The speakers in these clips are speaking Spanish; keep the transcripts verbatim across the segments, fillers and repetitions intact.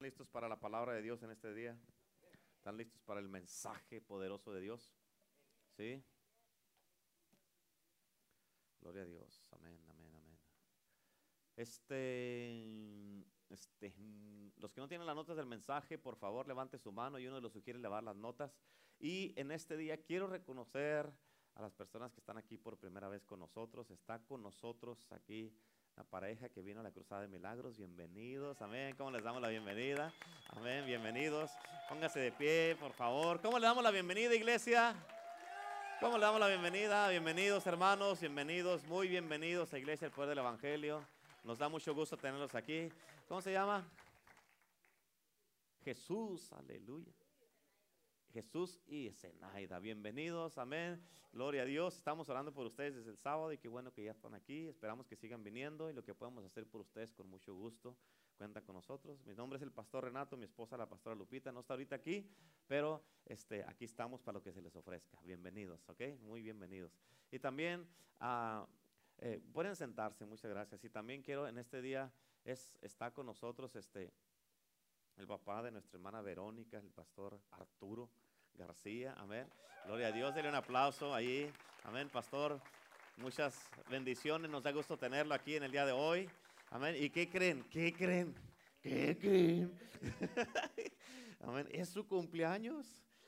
listos para la palabra de Dios en este día? ¿Están listos para el mensaje poderoso de Dios? ¿Sí? Gloria a Dios. Amén, amén, amén. Este, este, los que no tienen las notas del mensaje, por favor, levante su mano y uno los sugiere llevar las notas. Y en este día quiero reconocer a las personas que están aquí por primera vez con nosotros. Está con nosotros aquí la pareja que vino a la Cruzada de Milagros. Bienvenidos, amén. ¿Cómo les damos la bienvenida? Amén, bienvenidos. Póngase de pie, por favor. ¿Cómo le damos la bienvenida, iglesia? ¿Cómo le damos la bienvenida? Bienvenidos, hermanos, bienvenidos, muy bienvenidos a Iglesia El Poder del Evangelio. Nos da mucho gusto tenerlos aquí. ¿Cómo se llama? Jesús, aleluya. Jesús y Zenaida, bienvenidos, amén, gloria a Dios. Estamos orando por ustedes desde el sábado y qué bueno que ya están aquí. Esperamos que sigan viniendo y lo que podamos hacer por ustedes con mucho gusto, cuentan con nosotros. Mi nombre es el pastor Renato, mi esposa la pastora Lupita, no está ahorita aquí, pero este, aquí estamos para lo que se les ofrezca. Bienvenidos, ok, muy bienvenidos. Y también uh, eh, pueden sentarse, muchas gracias. Y también quiero en este día, es, está con nosotros este el papá de nuestra hermana Verónica, el pastor Arturo García, amén, gloria a Dios, denle un aplauso ahí, amén, pastor, muchas bendiciones, nos da gusto tenerlo aquí en el día de hoy, amén. ¿Y qué creen? ¿Qué creen? ¿Qué creen? Amén, es su cumpleaños,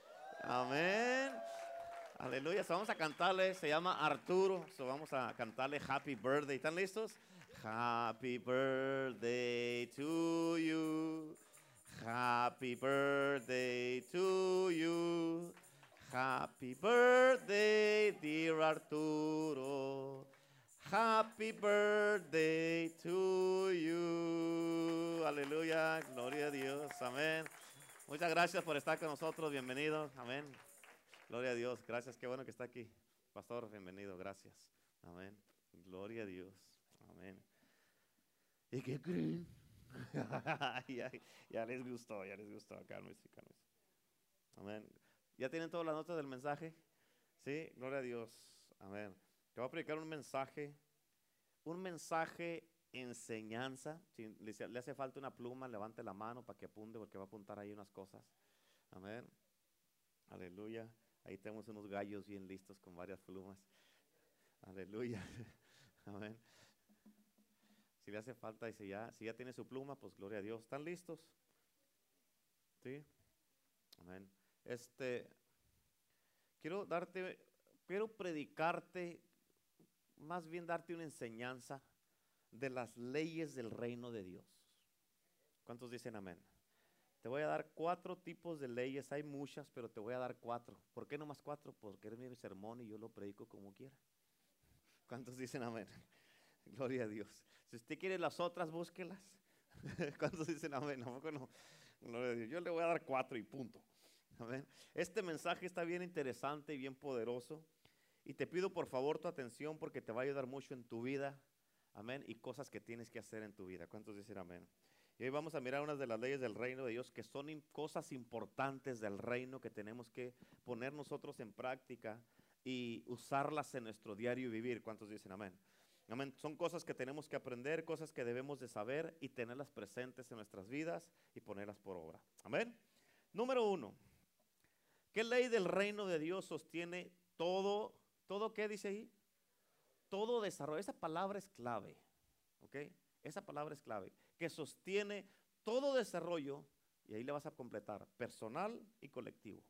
amén, aleluya. So, vamos a cantarle, se llama Arturo, so, vamos a cantarle Happy Birthday. ¿Están listos? Happy birthday to you. Happy birthday to you. Happy birthday, dear Arturo. Happy birthday to you. Aleluya, gloria a Dios, amén. Muchas gracias por estar con nosotros, bienvenido, amén. Gloria a Dios, gracias, qué bueno que está aquí. Pastor, bienvenido, gracias, amén. Gloria a Dios, amén. ¿Y qué creen? ya, ya les gustó, ya les gustó. Cálmese, cálmese. Amén. ¿Ya tienen todas las notas del mensaje? Sí, gloria a Dios. Amén. Te voy a predicar un mensaje, un mensaje enseñanza. Si le, le hace falta una pluma, levante la mano para que apunte, porque va a apuntar ahí unas cosas. Amén. Aleluya. Ahí tenemos unos gallos bien listos con varias plumas. Aleluya. Amén. Si le hace falta, dice ya, si ya tiene su pluma, pues gloria a Dios. ¿Están listos? Sí. Amén. Este, quiero darte, quiero predicarte, más bien darte una enseñanza de las leyes del reino de Dios. ¿Cuántos dicen amén? Te voy a dar cuatro tipos de leyes, hay muchas, pero te voy a dar cuatro. ¿Por qué nomás cuatro? Porque es mi sermón y yo lo predico como quiera. ¿Cuántos dicen amén? Gloria a Dios. Si usted quiere las otras, búsquelas. ¿Cuántos dicen amén? Tampoco no. Gloria a Dios. Yo le voy a dar cuatro y punto. Amén. Este mensaje está bien interesante y bien poderoso. Y te pido por favor tu atención porque te va a ayudar mucho en tu vida. Amén. Y cosas que tienes que hacer en tu vida. ¿Cuántos dicen amén? Y hoy vamos a mirar unas de las leyes del reino de Dios que son cosas importantes del reino que tenemos que poner nosotros en práctica y usarlas en nuestro diario vivir. ¿Cuántos dicen amén? Amén. Son cosas que tenemos que aprender, cosas que debemos de saber y tenerlas presentes en nuestras vidas y ponerlas por obra. Amén. Número uno. ¿Qué ley del reino de Dios sostiene todo? ¿Todo qué dice ahí? Todo desarrollo. Esa palabra es clave. ¿Ok? Esa palabra es clave. Que sostiene todo desarrollo, y ahí le vas a completar, personal y colectivo.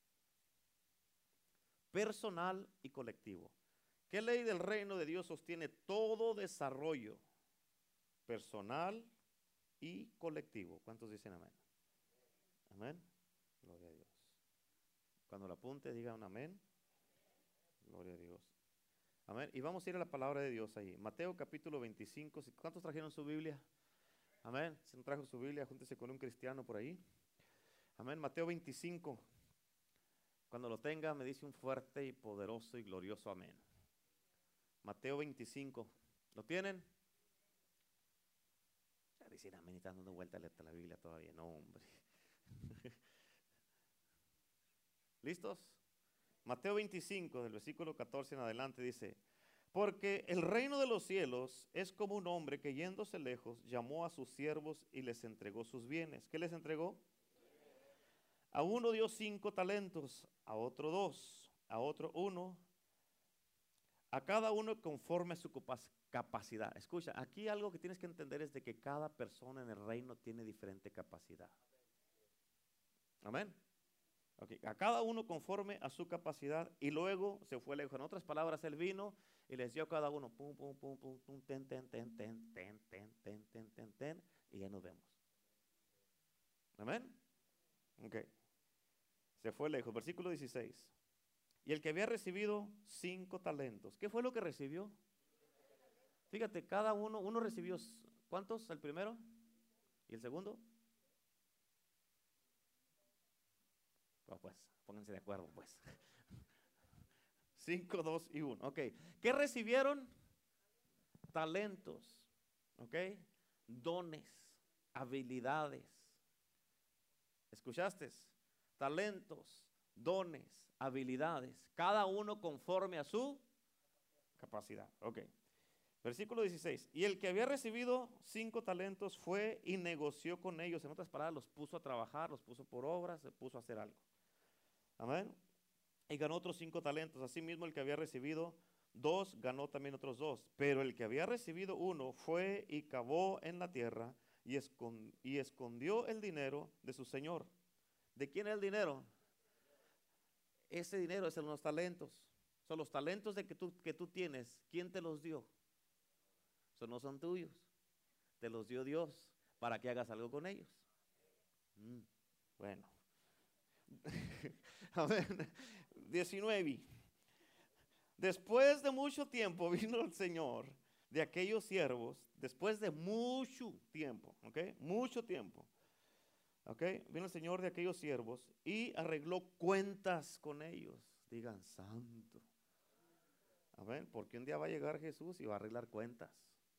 Personal y colectivo. ¿Qué ley del reino de Dios sostiene todo desarrollo personal y colectivo? ¿Cuántos dicen amén? Amén. Gloria a Dios. Cuando lo apunte, diga un amén. Gloria a Dios. Amén. Y vamos a ir a la palabra de Dios ahí. Mateo capítulo veinticinco. ¿Cuántos trajeron su Biblia? Amén. Si no trajo su Biblia, júntese con un cristiano por ahí. Amén. Mateo veinticinco. Cuando lo tenga, me dice un fuerte y poderoso y glorioso amén. Mateo veinticinco. ¿Lo tienen? Ya dicen amén y están dando vuelta a la Biblia todavía. No, hombre. ¿Listos? Mateo veinticinco, del versículo catorce en adelante dice: Porque el reino de los cielos es como un hombre que yéndose lejos llamó a sus siervos y les entregó sus bienes. ¿Qué les entregó? A uno dio cinco talentos, a otro dos, a otro uno, a cada uno conforme a su capacidad. Escucha, aquí algo que tienes que entender es de que cada persona en el reino tiene diferente capacidad. Amén. Okay. A cada uno conforme a su capacidad, y luego se fue lejos. En otras palabras, él vino y les dio a cada uno pum, pum, pum, pum, pum, ten, ten, ten, ten, ten, ten, ten, ten, ten, ten, y ya nos vemos. Amén. Ok. Se fue lejos. Versículo dieciséis. Y el que había recibido cinco talentos, ¿qué fue lo que recibió? Fíjate, cada uno, uno recibió, ¿cuántos? El primero y el segundo. Pues, pues pónganse de acuerdo, pues. Cinco, dos y uno. Ok. ¿Qué recibieron? Talentos. Ok. Dones, habilidades. ¿Escuchaste? Talentos, dones, habilidades. Cada uno conforme a su capacidad. Ok. Versículo dieciséis. Y el que había recibido cinco talentos fue y negoció con ellos. En otras palabras, los puso a trabajar, los puso por obras, se puso a hacer algo. Amén. Y ganó otros cinco talentos. Asimismo, el que había recibido dos, ganó también otros dos. Pero el que había recibido uno fue y cavó en la tierra y, escond y escondió el dinero de su señor. ¿De quién es el dinero? Ese dinero es en los talentos. Son los talentos de que tú, que tú tienes. ¿Quién te los dio? Eso no son tuyos. Te los dio Dios para que hagas algo con ellos. Mm, bueno. A ver, diecinueve. Después de mucho tiempo vino el Señor de aquellos siervos, después de mucho tiempo, ¿ok? Mucho tiempo, ¿ok? Vino el Señor de aquellos siervos y arregló cuentas con ellos. Digan, santo. Amén, porque un día va a llegar Jesús y va a arreglar cuentas.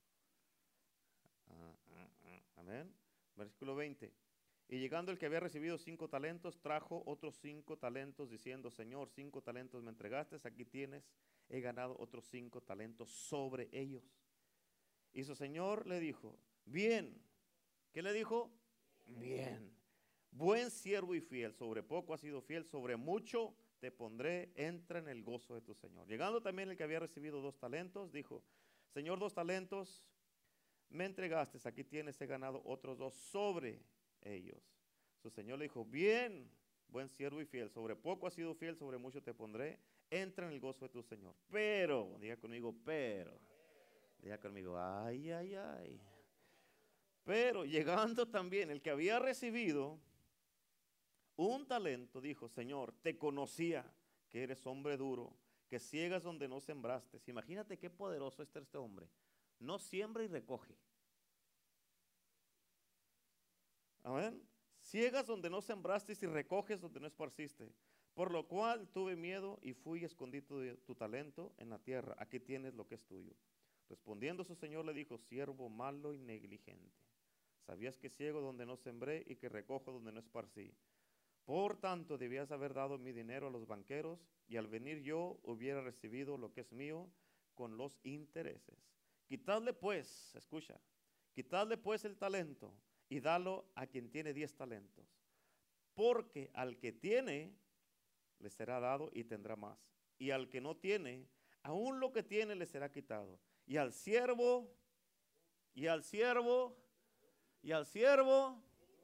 Ah, ah, ah, amén. Versículo veinte. Y llegando el que había recibido cinco talentos, trajo otros cinco talentos, diciendo, Señor, cinco talentos me entregaste, aquí tienes, he ganado otros cinco talentos sobre ellos. Y su Señor le dijo, bien. ¿Qué le dijo? Bien. Buen siervo y fiel, sobre poco has sido fiel, sobre mucho te pondré, entra en el gozo de tu Señor. Llegando también el que había recibido dos talentos, dijo, Señor, dos talentos me entregaste, aquí tienes, he ganado otros dos sobre ellos. Su Señor le dijo, bien, buen siervo y fiel, sobre poco has sido fiel, sobre mucho te pondré, entra en el gozo de tu Señor. Pero, diga conmigo, pero, diga conmigo, ay, ay, ay. Pero llegando también el que había recibido un talento, dijo, Señor, te conocía que eres hombre duro, que ciegas donde no sembraste. Imagínate qué poderoso es este hombre. No siembra y recoge. Amén. Ciegas donde no sembraste y recoges donde no esparciste. Por lo cual tuve miedo y fui y escondí tu, tu talento en la tierra. Aquí tienes lo que es tuyo. Respondiendo su señor le dijo, siervo malo y negligente. Sabías que ciego donde no sembré y que recojo donde no esparcí. Por tanto debías haber dado mi dinero a los banqueros y al venir yo hubiera recibido lo que es mío con los intereses. Quitadle pues, escucha, quitadle pues el talento y dalo a quien tiene diez talentos. Porque al que tiene, le será dado y tendrá más. Y al que no tiene, aún lo que tiene le será quitado. Y al siervo, y al siervo, y al siervo,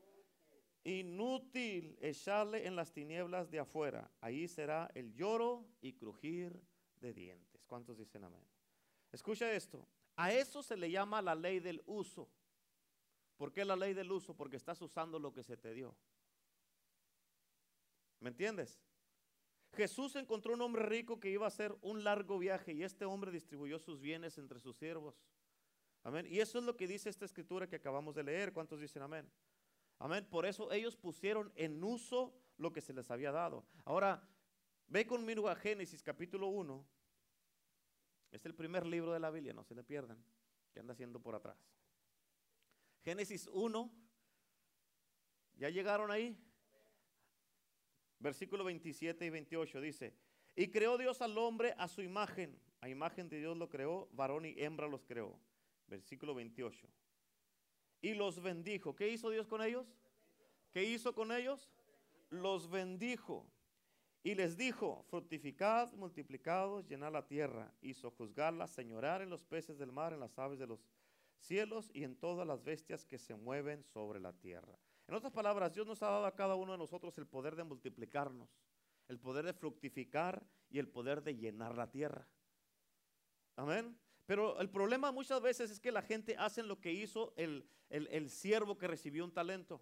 inútil echarle en las tinieblas de afuera. Ahí será el lloro y crujir de dientes. ¿Cuántos dicen amén? Escucha esto. A eso se le llama la ley del uso. ¿Por qué la ley del uso? Porque estás usando lo que se te dio. ¿Me entiendes? Jesús encontró un hombre rico que iba a hacer un largo viaje y este hombre distribuyó sus bienes entre sus siervos. Amén. Y eso es lo que dice esta escritura que acabamos de leer. ¿Cuántos dicen amén? Amén. Por eso ellos pusieron en uso lo que se les había dado. Ahora, ve conmigo a Génesis capítulo uno. Es el primer libro de la Biblia, no se le pierdan. ¿Qué anda haciendo por atrás? Génesis uno. ¿Ya llegaron ahí? Versículo veintisiete y veintiocho dice, y creó Dios al hombre a su imagen, A imagen de Dios lo creó, varón y hembra los creó. Versículo veintiocho. Y los bendijo. ¿Qué hizo Dios con ellos? ¿Qué hizo con ellos? Los bendijo. Y les dijo, fructificad, multiplicados, llenad la tierra, y sojuzgarla, señorar en los peces del mar, en las aves de los cielos y en todas las bestias que se mueven sobre la tierra. En otras palabras, Dios nos ha dado a cada uno de nosotros el poder de multiplicarnos, el poder de fructificar y el poder de llenar la tierra. Amén. Pero el problema muchas veces es que la gente hace lo que hizo el, el, el siervo que recibió un talento.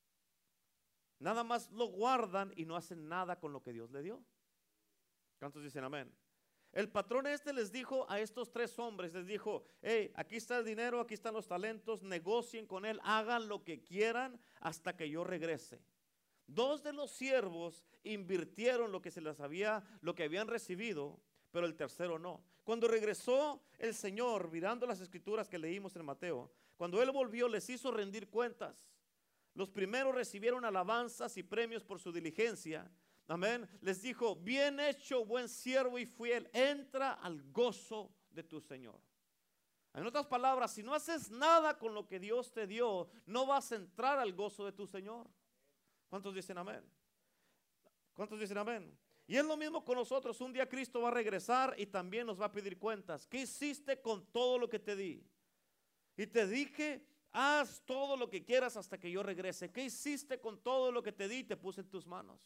Nada más lo guardan y no hacen nada con lo que Dios le dio. ¿Cuántos dicen amén? El patrón este les dijo a estos tres hombres, les dijo, hey, aquí está el dinero, aquí están los talentos, negocien con él, hagan lo que quieran hasta que yo regrese. Dos de los siervos invirtieron lo que se les había, lo que habían recibido, pero el tercero no. Cuando regresó el Señor, mirando las escrituras que leímos en Mateo, cuando él volvió les hizo rendir cuentas. Los primeros recibieron alabanzas y premios por su diligencia. Amén. Les dijo, bien hecho, buen siervo y fiel, entra al gozo de tu Señor. En otras palabras, si no haces nada con lo que Dios te dio, no vas a entrar al gozo de tu Señor. ¿Cuántos dicen amén? ¿Cuántos dicen amén? Y es lo mismo con nosotros. Un día Cristo va a regresar y también nos va a pedir cuentas. ¿Qué hiciste con todo lo que te di? Y te dije, haz todo lo que quieras hasta que yo regrese. ¿Qué hiciste con todo lo que te di y te puse en tus manos?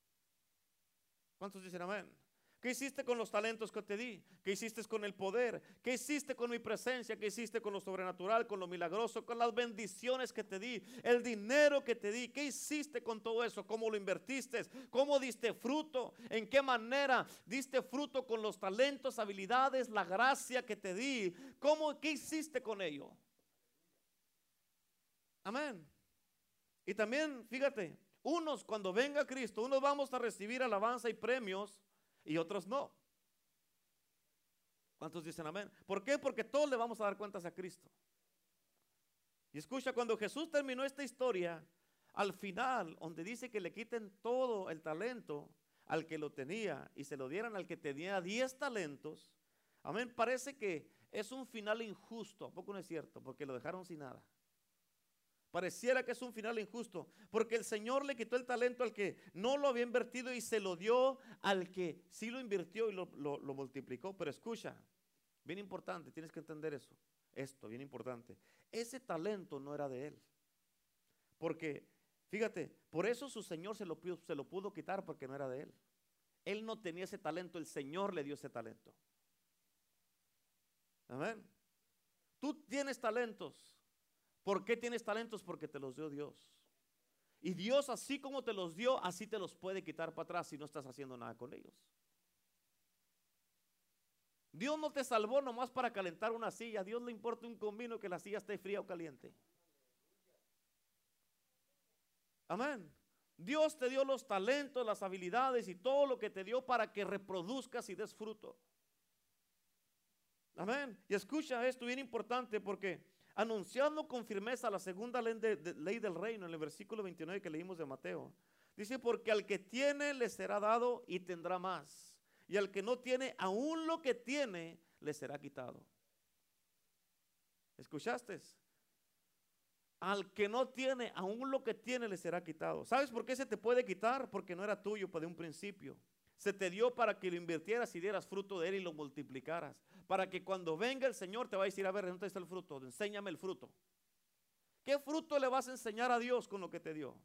¿Cuántos dicen amén? ¿Qué hiciste con los talentos que te di? ¿Qué hiciste con el poder? ¿Qué hiciste con mi presencia? ¿Qué hiciste con lo sobrenatural, con lo milagroso, con las bendiciones que te di? El dinero que te di. ¿Qué hiciste con todo eso? ¿Cómo lo invertiste? ¿Cómo diste fruto? ¿En qué manera diste fruto con los talentos, habilidades, la gracia que te di? ¿Cómo, qué hiciste con ello? Amén. Y también, fíjate, unos cuando venga Cristo, unos vamos a recibir alabanza y premios y otros no. ¿Cuántos dicen amén? ¿Por qué? Porque todos le vamos a dar cuentas a Cristo. Y escucha, cuando Jesús terminó esta historia, al final, donde dice que le quiten todo el talento al que lo tenía y se lo dieran al que tenía diez talentos, amén, parece que es un final injusto. ¿A poco no es cierto? Porque lo dejaron sin nada. Pareciera que es un final injusto, porque el Señor le quitó el talento al que no lo había invertido y se lo dio al que sí lo invirtió y lo, lo, lo multiplicó. Pero escucha, bien importante, tienes que entender eso, esto, bien importante. Ese talento no era de él, porque, fíjate, por eso su Señor se lo, se lo pudo quitar, porque no era de él. Él no tenía ese talento, el Señor le dio ese talento. Amén. Tú tienes talentos. ¿Por qué tienes talentos? Porque te los dio Dios. Y Dios, así como te los dio, así te los puede quitar para atrás si no estás haciendo nada con ellos. Dios no te salvó nomás para calentar una silla. A Dios le importa un comino que la silla esté fría o caliente. Amén. Dios te dio los talentos, las habilidades y todo lo que te dio para que reproduzcas y des fruto. Amén. Y escucha esto, bien importante, porque anunciando con firmeza la segunda ley, de, de, ley del reino, en el versículo veintinueve que leímos de Mateo, dice, porque al que tiene le será dado y tendrá más, y al que no tiene, aún lo que tiene le será quitado. ¿Escuchaste? Al que no tiene, aún lo que tiene le será quitado. ¿Sabes por qué se te puede quitar? Porque no era tuyo desde un principio. Se te dio para que lo invirtieras y dieras fruto de él y lo multiplicaras. Para que cuando venga el Señor te va a decir, a ver, ¿dónde está el fruto? Enséñame el fruto. ¿Qué fruto le vas a enseñar a Dios con lo que te dio?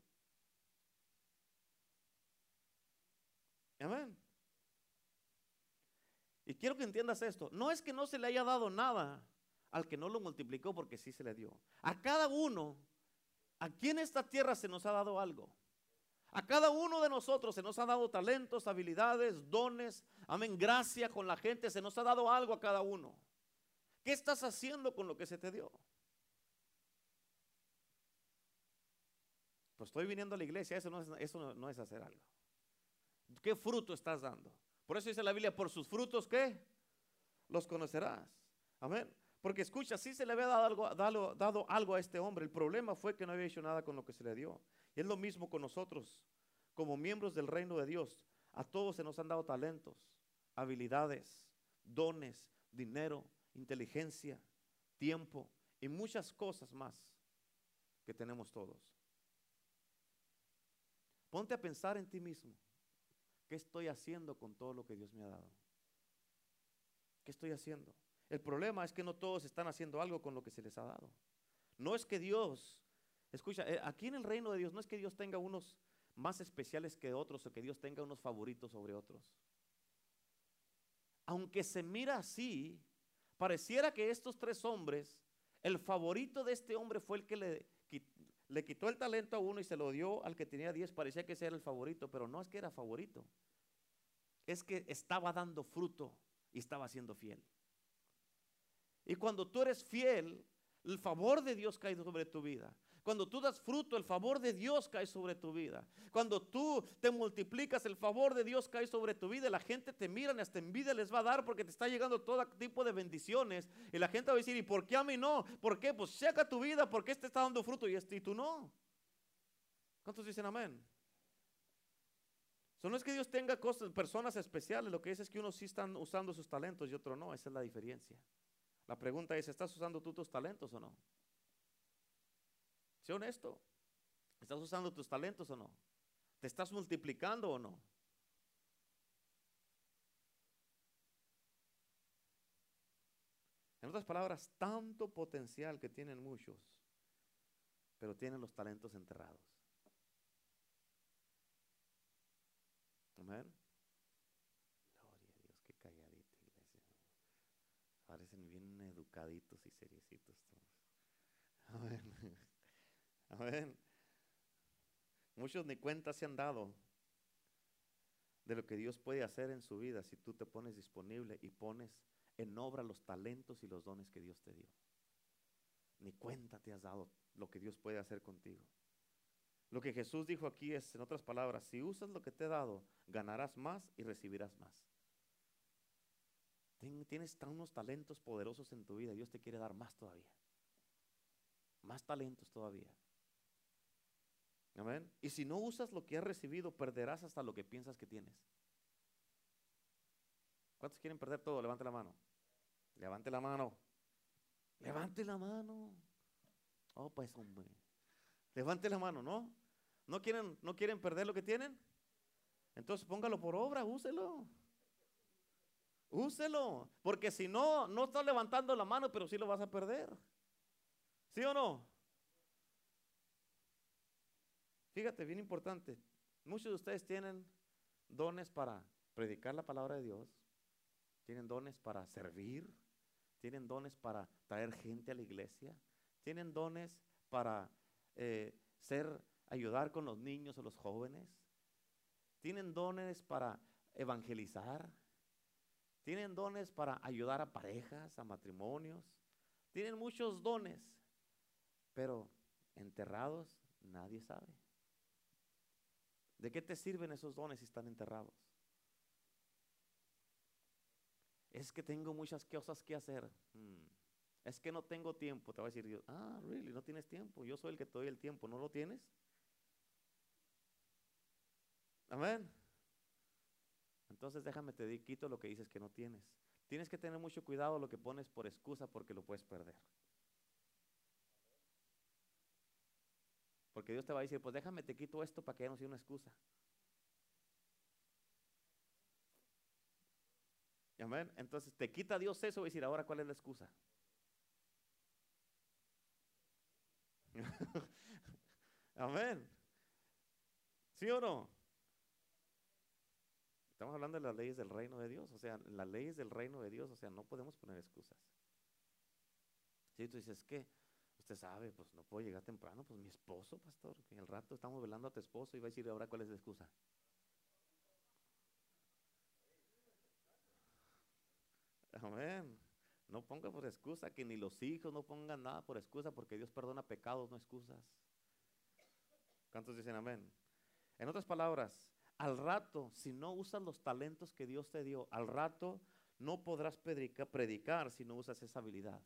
Amén. Y quiero que entiendas esto. No es que no se le haya dado nada al que no lo multiplicó, porque sí se le dio. A cada uno, aquí en esta tierra se nos ha dado algo. A cada uno de nosotros se nos ha dado talentos, habilidades, dones, amén, gracia con la gente, se nos ha dado algo a cada uno. ¿Qué estás haciendo con lo que se te dio? Pues estoy viniendo a la iglesia, eso no es, eso no, no es hacer algo. ¿Qué fruto estás dando? Por eso dice la Biblia, por sus frutos, ¿qué? Los conocerás. Amén. Porque escucha, sí se le había dado algo, dado, dado algo a este hombre. El problema fue que no había hecho nada con lo que se le dio. Y es lo mismo con nosotros, como miembros del reino de Dios. A todos se nos han dado talentos, habilidades, dones, dinero, inteligencia, tiempo y muchas cosas más que tenemos todos. Ponte a pensar en ti mismo. ¿Qué estoy haciendo con todo lo que Dios me ha dado? ¿Qué estoy haciendo? El problema es que no todos están haciendo algo con lo que se les ha dado. No es que Dios, escucha, eh, aquí en el reino de Dios no es que Dios tenga unos más especiales que otros o que Dios tenga unos favoritos sobre otros. Aunque se mira así, pareciera que estos tres hombres, el favorito de este hombre fue el que le, le quitó el talento a uno y se lo dio al que tenía diez. Parecía que ese era el favorito, pero no es que era favorito. Es que estaba dando fruto y estaba siendo fiel. Y cuando tú eres fiel, el favor de Dios cae sobre tu vida. Cuando tú das fruto, el favor de Dios cae sobre tu vida. Cuando tú te multiplicas, el favor de Dios cae sobre tu vida. La gente te mira y hasta envidia les va a dar porque te está llegando todo tipo de bendiciones. Y la gente va a decir, ¿y por qué a mí no? ¿Por qué? Pues checa tu vida, ¿por qué este está dando fruto y, este, y tú no? ¿Cuántos dicen amén? So, no es que Dios tenga cosas, personas especiales. Lo que es es que unos sí están usando sus talentos y otros no. Esa es la diferencia. La pregunta es, ¿estás usando tú tus talentos o no? Sé honesto. ¿Estás usando tus talentos o no? ¿Te estás multiplicando o no? En otras palabras, tanto potencial que tienen muchos, pero tienen los talentos enterrados. Amén. Gloria a Dios, qué calladita iglesia. Parecen bien educaditos y seriecitos todos. Amén. Amén. Muchos ni cuenta se han dado de lo que Dios puede hacer en su vida si tú te pones disponible y pones en obra los talentos y los dones que Dios te dio. Ni cuenta te has dado lo que Dios puede hacer contigo. Lo que Jesús dijo aquí es, en otras palabras, si usas lo que te he dado, ganarás más y recibirás más. Tienes unos talentos poderosos en tu vida, Dios te quiere dar más todavía. Más talentos todavía. Amén. Y si no usas lo que has recibido, perderás hasta lo que piensas que tienes. ¿Cuántos quieren perder todo? Levante la mano. Levante la mano. Levante la mano. Oh, pues hombre. Levante la mano, ¿no? ¿No quieren, no quieren perder lo que tienen? Entonces póngalo por obra, úselo. Úselo. Porque si no, no estás levantando la mano, pero sí lo vas a perder. ¿Sí o no? Fíjate, bien importante. Muchos de ustedes tienen dones para predicar la palabra de Dios. Tienen dones para servir. Tienen dones para traer gente a la iglesia. Tienen dones para eh, ser, ayudar con los niños o los jóvenes. Tienen dones para evangelizar. Tienen dones para ayudar a parejas, a matrimonios. Tienen muchos dones, pero enterrados nadie sabe. ¿De qué te sirven esos dones si están enterrados? Es que tengo muchas cosas que hacer. Hmm. Es que no tengo tiempo. Te va a decir Dios, ah, really, no tienes tiempo. Yo soy el que te doy el tiempo. ¿No lo tienes? Amén. Entonces déjame te di, quito lo que dices que no tienes. Tienes que tener mucho cuidado lo que pones por excusa porque lo puedes perder. Porque Dios te va a decir, pues déjame te quito esto para que ya no sea una excusa. Amén. Entonces te quita Dios eso y decir, ahora ¿cuál es la excusa? Amén. ¿Sí o no? Estamos hablando de las leyes del reino de Dios. O sea, las leyes del reino de Dios, o sea, no podemos poner excusas. Si tú dices, ¿qué? Usted sabe, pues no puedo llegar temprano, pues mi esposo, pastor, que en el rato estamos velando a tu esposo y va a decir, ahora ¿cuál es la excusa? Amén. No ponga por excusa, que ni los hijos no pongan nada por excusa, porque Dios perdona pecados, no excusas. ¿Cuántos dicen amén? En otras palabras, al rato, si no usas los talentos que Dios te dio, al rato no podrás predica, predicar si no usas esa habilidad.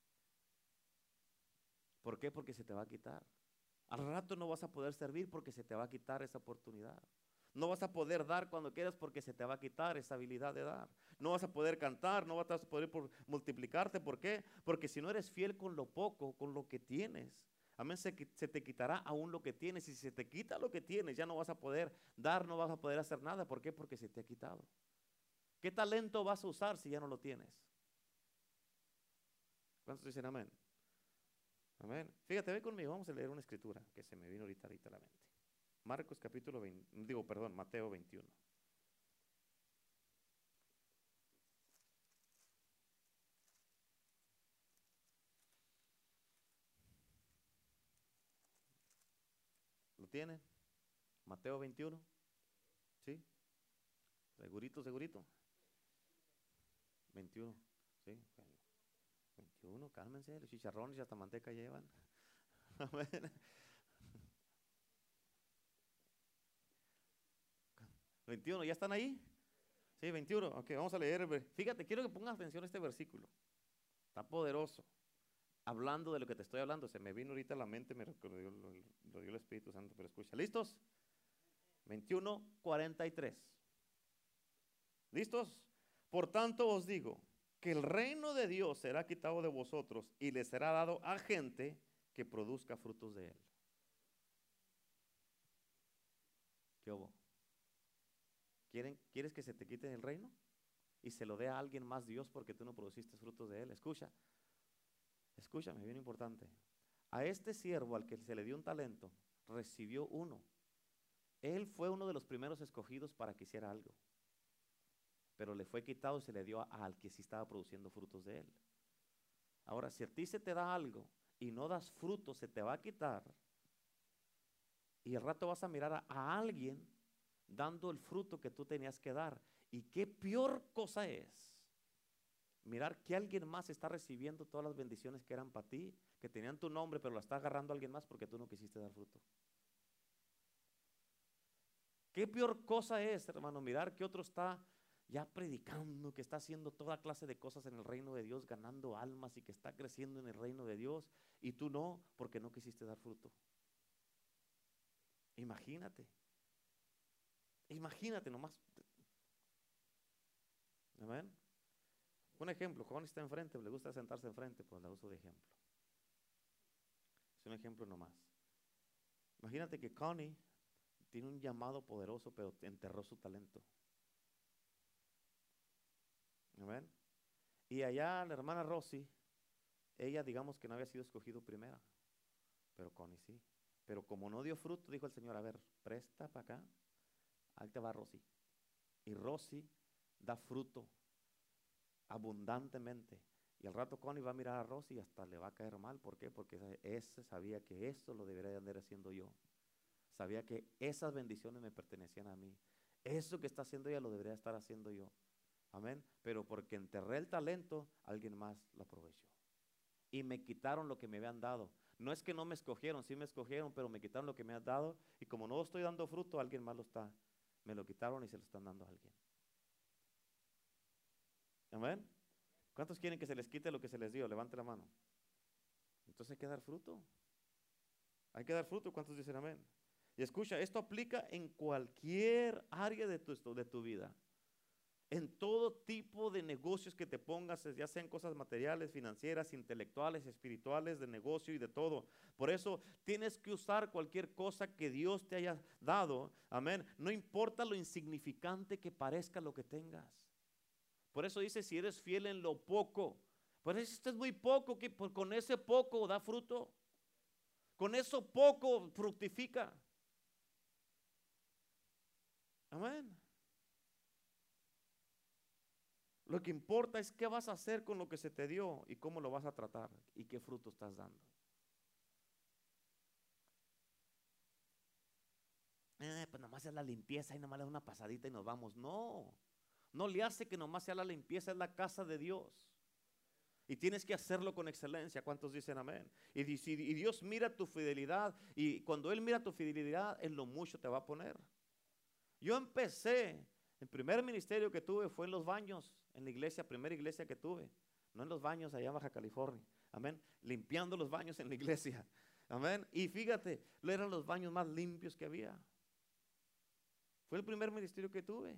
¿Por qué? Porque se te va a quitar. Al rato no vas a poder servir porque se te va a quitar esa oportunidad. No vas a poder dar cuando quieras porque se te va a quitar esa habilidad de dar. No vas a poder cantar, no vas a poder por multiplicarte. ¿Por qué? Porque si no eres fiel con lo poco, con lo que tienes, amén, se, se te quitará aún lo que tienes. Y si se te quita lo que tienes, ya no vas a poder dar, no vas a poder hacer nada. ¿Por qué? Porque se te ha quitado. ¿Qué talento vas a usar si ya no lo tienes? ¿Cuántos dicen amén? Amén. Fíjate, ve conmigo, vamos a leer una escritura que se me vino ahorita, ahorita a la mente. Marcos capítulo veinte, digo, perdón, Mateo veintiuno. ¿Lo tienen? Mateo veintiuno. ¿Sí? Segurito, segurito. veintiuno. ¿Sí? veintiuno, cálmense, los chicharrones y hasta manteca llevan. Amén. veintiuno, ¿ya están ahí? Sí, veintiuno. Ok, vamos a leer. Fíjate, quiero que pongas atención a este versículo. Está poderoso. Hablando de lo que te estoy hablando, se me vino ahorita a la mente, me lo dio, lo, lo dio el Espíritu Santo, pero escucha. ¿Listos? veintiuno, cuarenta y tres. ¿Listos? Por tanto os digo que el reino de Dios será quitado de vosotros y le será dado a gente que produzca frutos de él. ¿Qué hubo? ¿Quieren, ¿Quieres que se te quite el reino? Y se lo dé a alguien más Dios porque tú no produciste frutos de él. Escucha, escúchame, bien importante. A este siervo al que se le dio un talento, recibió uno. Él fue uno de los primeros escogidos para que hiciera algo. Pero le fue quitado y se le dio a, al que sí estaba produciendo frutos de él. Ahora, si a ti se te da algo y no das fruto, se te va a quitar. Y al rato vas a mirar a, a alguien dando el fruto que tú tenías que dar. Y qué peor cosa es mirar que alguien más está recibiendo todas las bendiciones que eran para ti, que tenían tu nombre, pero la está agarrando alguien más porque tú no quisiste dar fruto. Qué peor cosa es, hermano, mirar que otro está ya predicando, que está haciendo toda clase de cosas en el reino de Dios, ganando almas y que está creciendo en el reino de Dios, y tú no, porque no quisiste dar fruto. Imagínate. Imagínate nomás. Amén. Un ejemplo, Juan está enfrente, le gusta sentarse enfrente, pues la uso de ejemplo. Es un ejemplo nomás. Imagínate que Connie tiene un llamado poderoso, pero enterró su talento. Amén. Y allá la hermana Rosy, ella digamos que no había sido escogido primera, pero Connie sí. Pero como no dio fruto, dijo el Señor, a ver, presta para acá, ahí te va Rosy. Y Rosy da fruto abundantemente. Y al rato Connie va a mirar a Rosy y hasta le va a caer mal. ¿Por qué? Porque ese sabía que eso lo debería de andar haciendo yo. Sabía que esas bendiciones me pertenecían a mí. Eso que está haciendo ella lo debería estar haciendo yo. Amén. Pero porque enterré el talento, alguien más lo aprovechó. Y me quitaron lo que me habían dado. No es que no me escogieron, sí me escogieron, pero me quitaron lo que me han dado. Y como no estoy dando fruto, alguien más lo está. Me lo quitaron y se lo están dando a alguien. Amén. ¿Cuántos quieren que se les quite lo que se les dio? Levante la mano. Entonces hay que dar fruto. Hay que dar fruto. ¿Cuántos dicen amén? Y escucha, esto aplica en cualquier área de tu, de tu vida. En todo tipo de negocios que te pongas, ya sean cosas materiales, financieras, intelectuales, espirituales, de negocio y de todo. Por eso tienes que usar cualquier cosa que Dios te haya dado. Amén. No importa lo insignificante que parezca lo que tengas. Por eso dice, si eres fiel en lo poco. Pues esto es muy poco, que con ese poco da fruto. Con eso poco fructifica. Amén. Lo que importa es qué vas a hacer con lo que se te dio y cómo lo vas a tratar y qué fruto estás dando. Eh, pues nomás es la limpieza y nomás le da una pasadita y nos vamos. No, no le hace que nomás sea la limpieza, es la casa de Dios. Y tienes que hacerlo con excelencia. ¿Cuántos dicen amén? Y, y Dios mira tu fidelidad y cuando Él mira tu fidelidad, en lo mucho te va a poner. Yo empecé, el primer ministerio que tuve fue en los baños, en la iglesia, primera iglesia que tuve. No en los baños allá en Baja California. Amén. Limpiando los baños en la iglesia. Amén. Y fíjate, eran los baños más limpios que había. Fue el primer ministerio que tuve.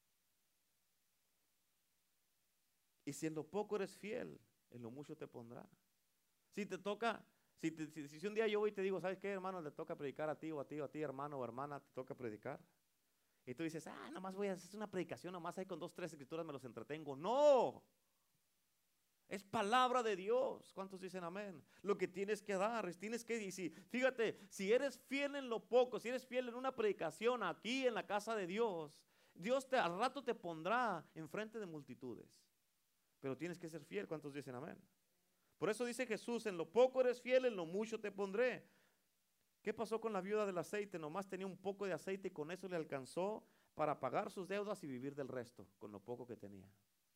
Y si en lo poco eres fiel, en lo mucho te pondrá. Si te toca, si, te, si, si un día yo voy y te digo, ¿sabes qué, hermano? Le toca predicar a ti o a ti o a ti, hermano o hermana, te toca predicar. Y tú dices, ah, nomás voy a hacer una predicación, nomás ahí con dos, tres escrituras me los entretengo. No. Es palabra de Dios. ¿Cuántos dicen amén? Lo que tienes que dar, tienes que decir, fíjate, si eres fiel en lo poco, si eres fiel en una predicación aquí en la casa de Dios, Dios te, al rato te pondrá enfrente de multitudes. Pero tienes que ser fiel. ¿Cuántos dicen amén? Por eso dice Jesús, en lo poco eres fiel, en lo mucho te pondré. ¿Qué pasó con la viuda del aceite? Nomás tenía un poco de aceite y con eso le alcanzó para pagar sus deudas y vivir del resto, con lo poco que tenía.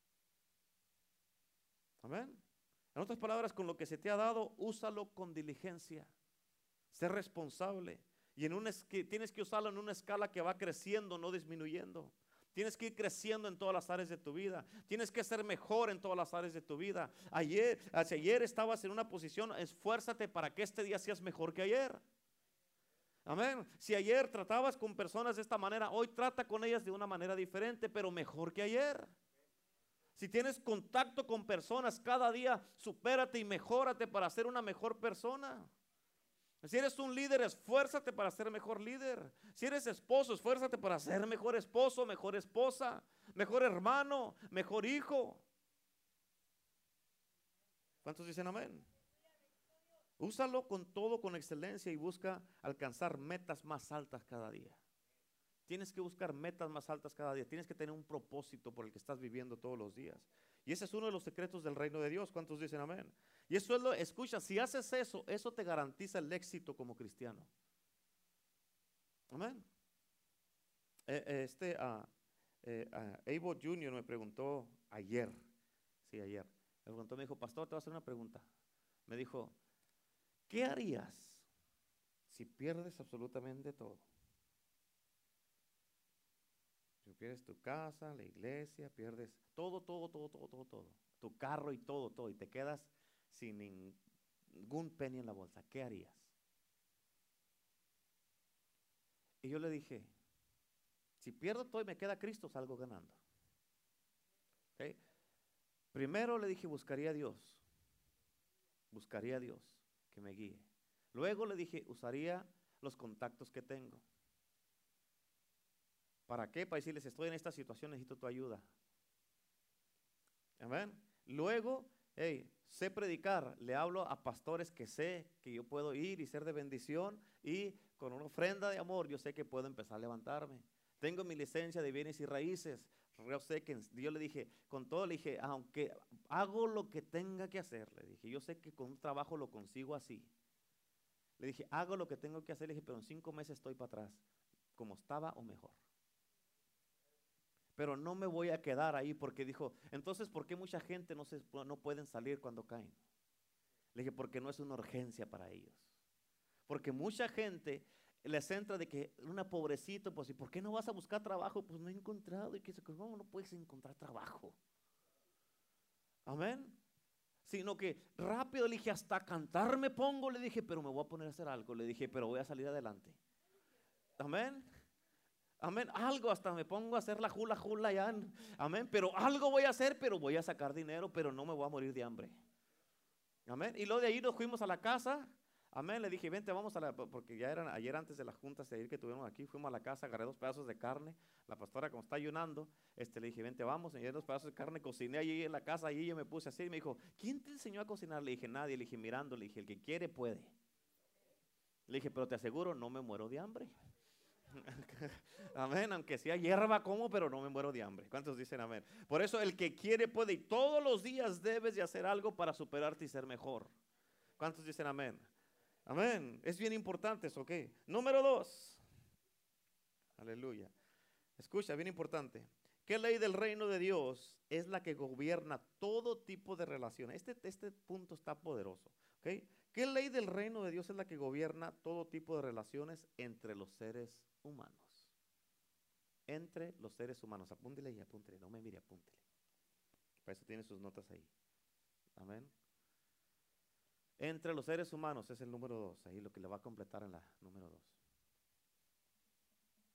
Amén. En otras palabras, con lo que se te ha dado, úsalo con diligencia. Sé responsable. Y en una, tienes que usarlo en una escala que va creciendo, no disminuyendo. Tienes que ir creciendo en todas las áreas de tu vida. Tienes que ser mejor en todas las áreas de tu vida. Ayer, hacia ayer estabas en una posición, esfuérzate para que este día seas mejor que ayer. Amén. Si ayer tratabas con personas de esta manera, hoy trata con ellas de una manera diferente, pero mejor que ayer. Si tienes contacto con personas cada día, supérate y mejórate para ser una mejor persona. Si eres un líder, esfuérzate para ser mejor líder. Si eres esposo, esfuérzate para ser mejor esposo, mejor esposa, mejor hermano, mejor hijo. ¿Cuántos dicen amén? Úsalo con todo, con excelencia, y busca alcanzar metas más altas cada día. Tienes que buscar metas más altas cada día. Tienes que tener un propósito por el que estás viviendo todos los días. Y ese es uno de los secretos del reino de Dios. ¿Cuántos dicen amén? Y eso es lo, escucha, si haces eso, eso te garantiza el éxito como cristiano. Amén. Eh, eh, este, uh, eh, uh, Abel junior me preguntó ayer, sí, ayer, me preguntó, me dijo, pastor, te voy a hacer una pregunta. Me dijo, ¿qué harías si pierdes absolutamente todo? Si pierdes tu casa, la iglesia, pierdes todo, todo, todo, todo, todo, todo, tu carro y todo, todo, y te quedas sin ningún penny en la bolsa, ¿qué harías? Y yo le dije, si pierdo todo y me queda Cristo, salgo ganando. ¿Okay? Primero le dije, buscaría a Dios, buscaría a Dios que me guíe. Luego le dije, usaría los contactos que tengo. ¿Para qué? Para decirles, estoy en esta situación, necesito tu ayuda. Amén. Luego, hey, sé predicar, le hablo a pastores que sé que yo puedo ir y ser de bendición, y con una ofrenda de amor yo sé que puedo empezar a levantarme. Tengo mi licencia de bienes y raíces. Yo sé que yo le dije, con todo le dije, aunque hago lo que tenga que hacer, le dije, yo sé que con un trabajo lo consigo así. Le dije, hago lo que tengo que hacer, le dije, pero en cinco meses estoy para atrás, como estaba o mejor. Pero no me voy a quedar ahí, porque dijo, entonces, ¿por qué mucha gente no, se, no pueden salir cuando caen? Le dije, porque no es una urgencia para ellos. Porque mucha gente les entra de que una pobrecito, pues, ¿y por qué no vas a buscar trabajo? Pues no he encontrado. Y que ¿cómo no puedes encontrar trabajo? Amén. Sino que rápido le dije, hasta cantar me pongo, le dije, pero me voy a poner a hacer algo. Le dije, pero voy a salir adelante. Amén. Amén, algo, hasta me pongo a hacer la jula jula ya. Amén, pero algo voy a hacer, pero voy a sacar dinero, pero no me voy a morir de hambre. Amén, y luego de ahí nos fuimos a la casa. Amén, le dije, vente, vamos a la, porque ya eran ayer antes de las juntas de ayer que tuvimos aquí, fuimos a la casa, agarré dos pedazos de carne. La pastora, como está ayunando, este, le dije, vente, vamos, ayer dos pedazos de carne, cociné allí en la casa, allí yo me puse así, y me dijo, ¿quién te enseñó a cocinar? Le dije, nadie. Le dije, mirando, le dije, el que quiere puede. Le dije, pero te aseguro, no me muero de hambre. Amén, aunque sea hierba como, pero no me muero de hambre. ¿Cuántos dicen amén? Por eso el que quiere puede, y todos los días debes de hacer algo para superarte y ser mejor. ¿Cuántos dicen amén? Amén, es bien importante eso, ¿ok? Número dos, aleluya. Escucha, bien importante. ¿Qué ley del reino de Dios es la que gobierna todo tipo de relaciones? Este, este punto está poderoso, ¿ok? ¿Qué ley del reino de Dios es la que gobierna todo tipo de relaciones entre los seres humanos? Entre los seres humanos. Apúntele y apúntele. No me mire, apúntele. Para eso tiene sus notas ahí. Amén. Entre los seres humanos es el número dos. Ahí lo que le va a completar en la número dos.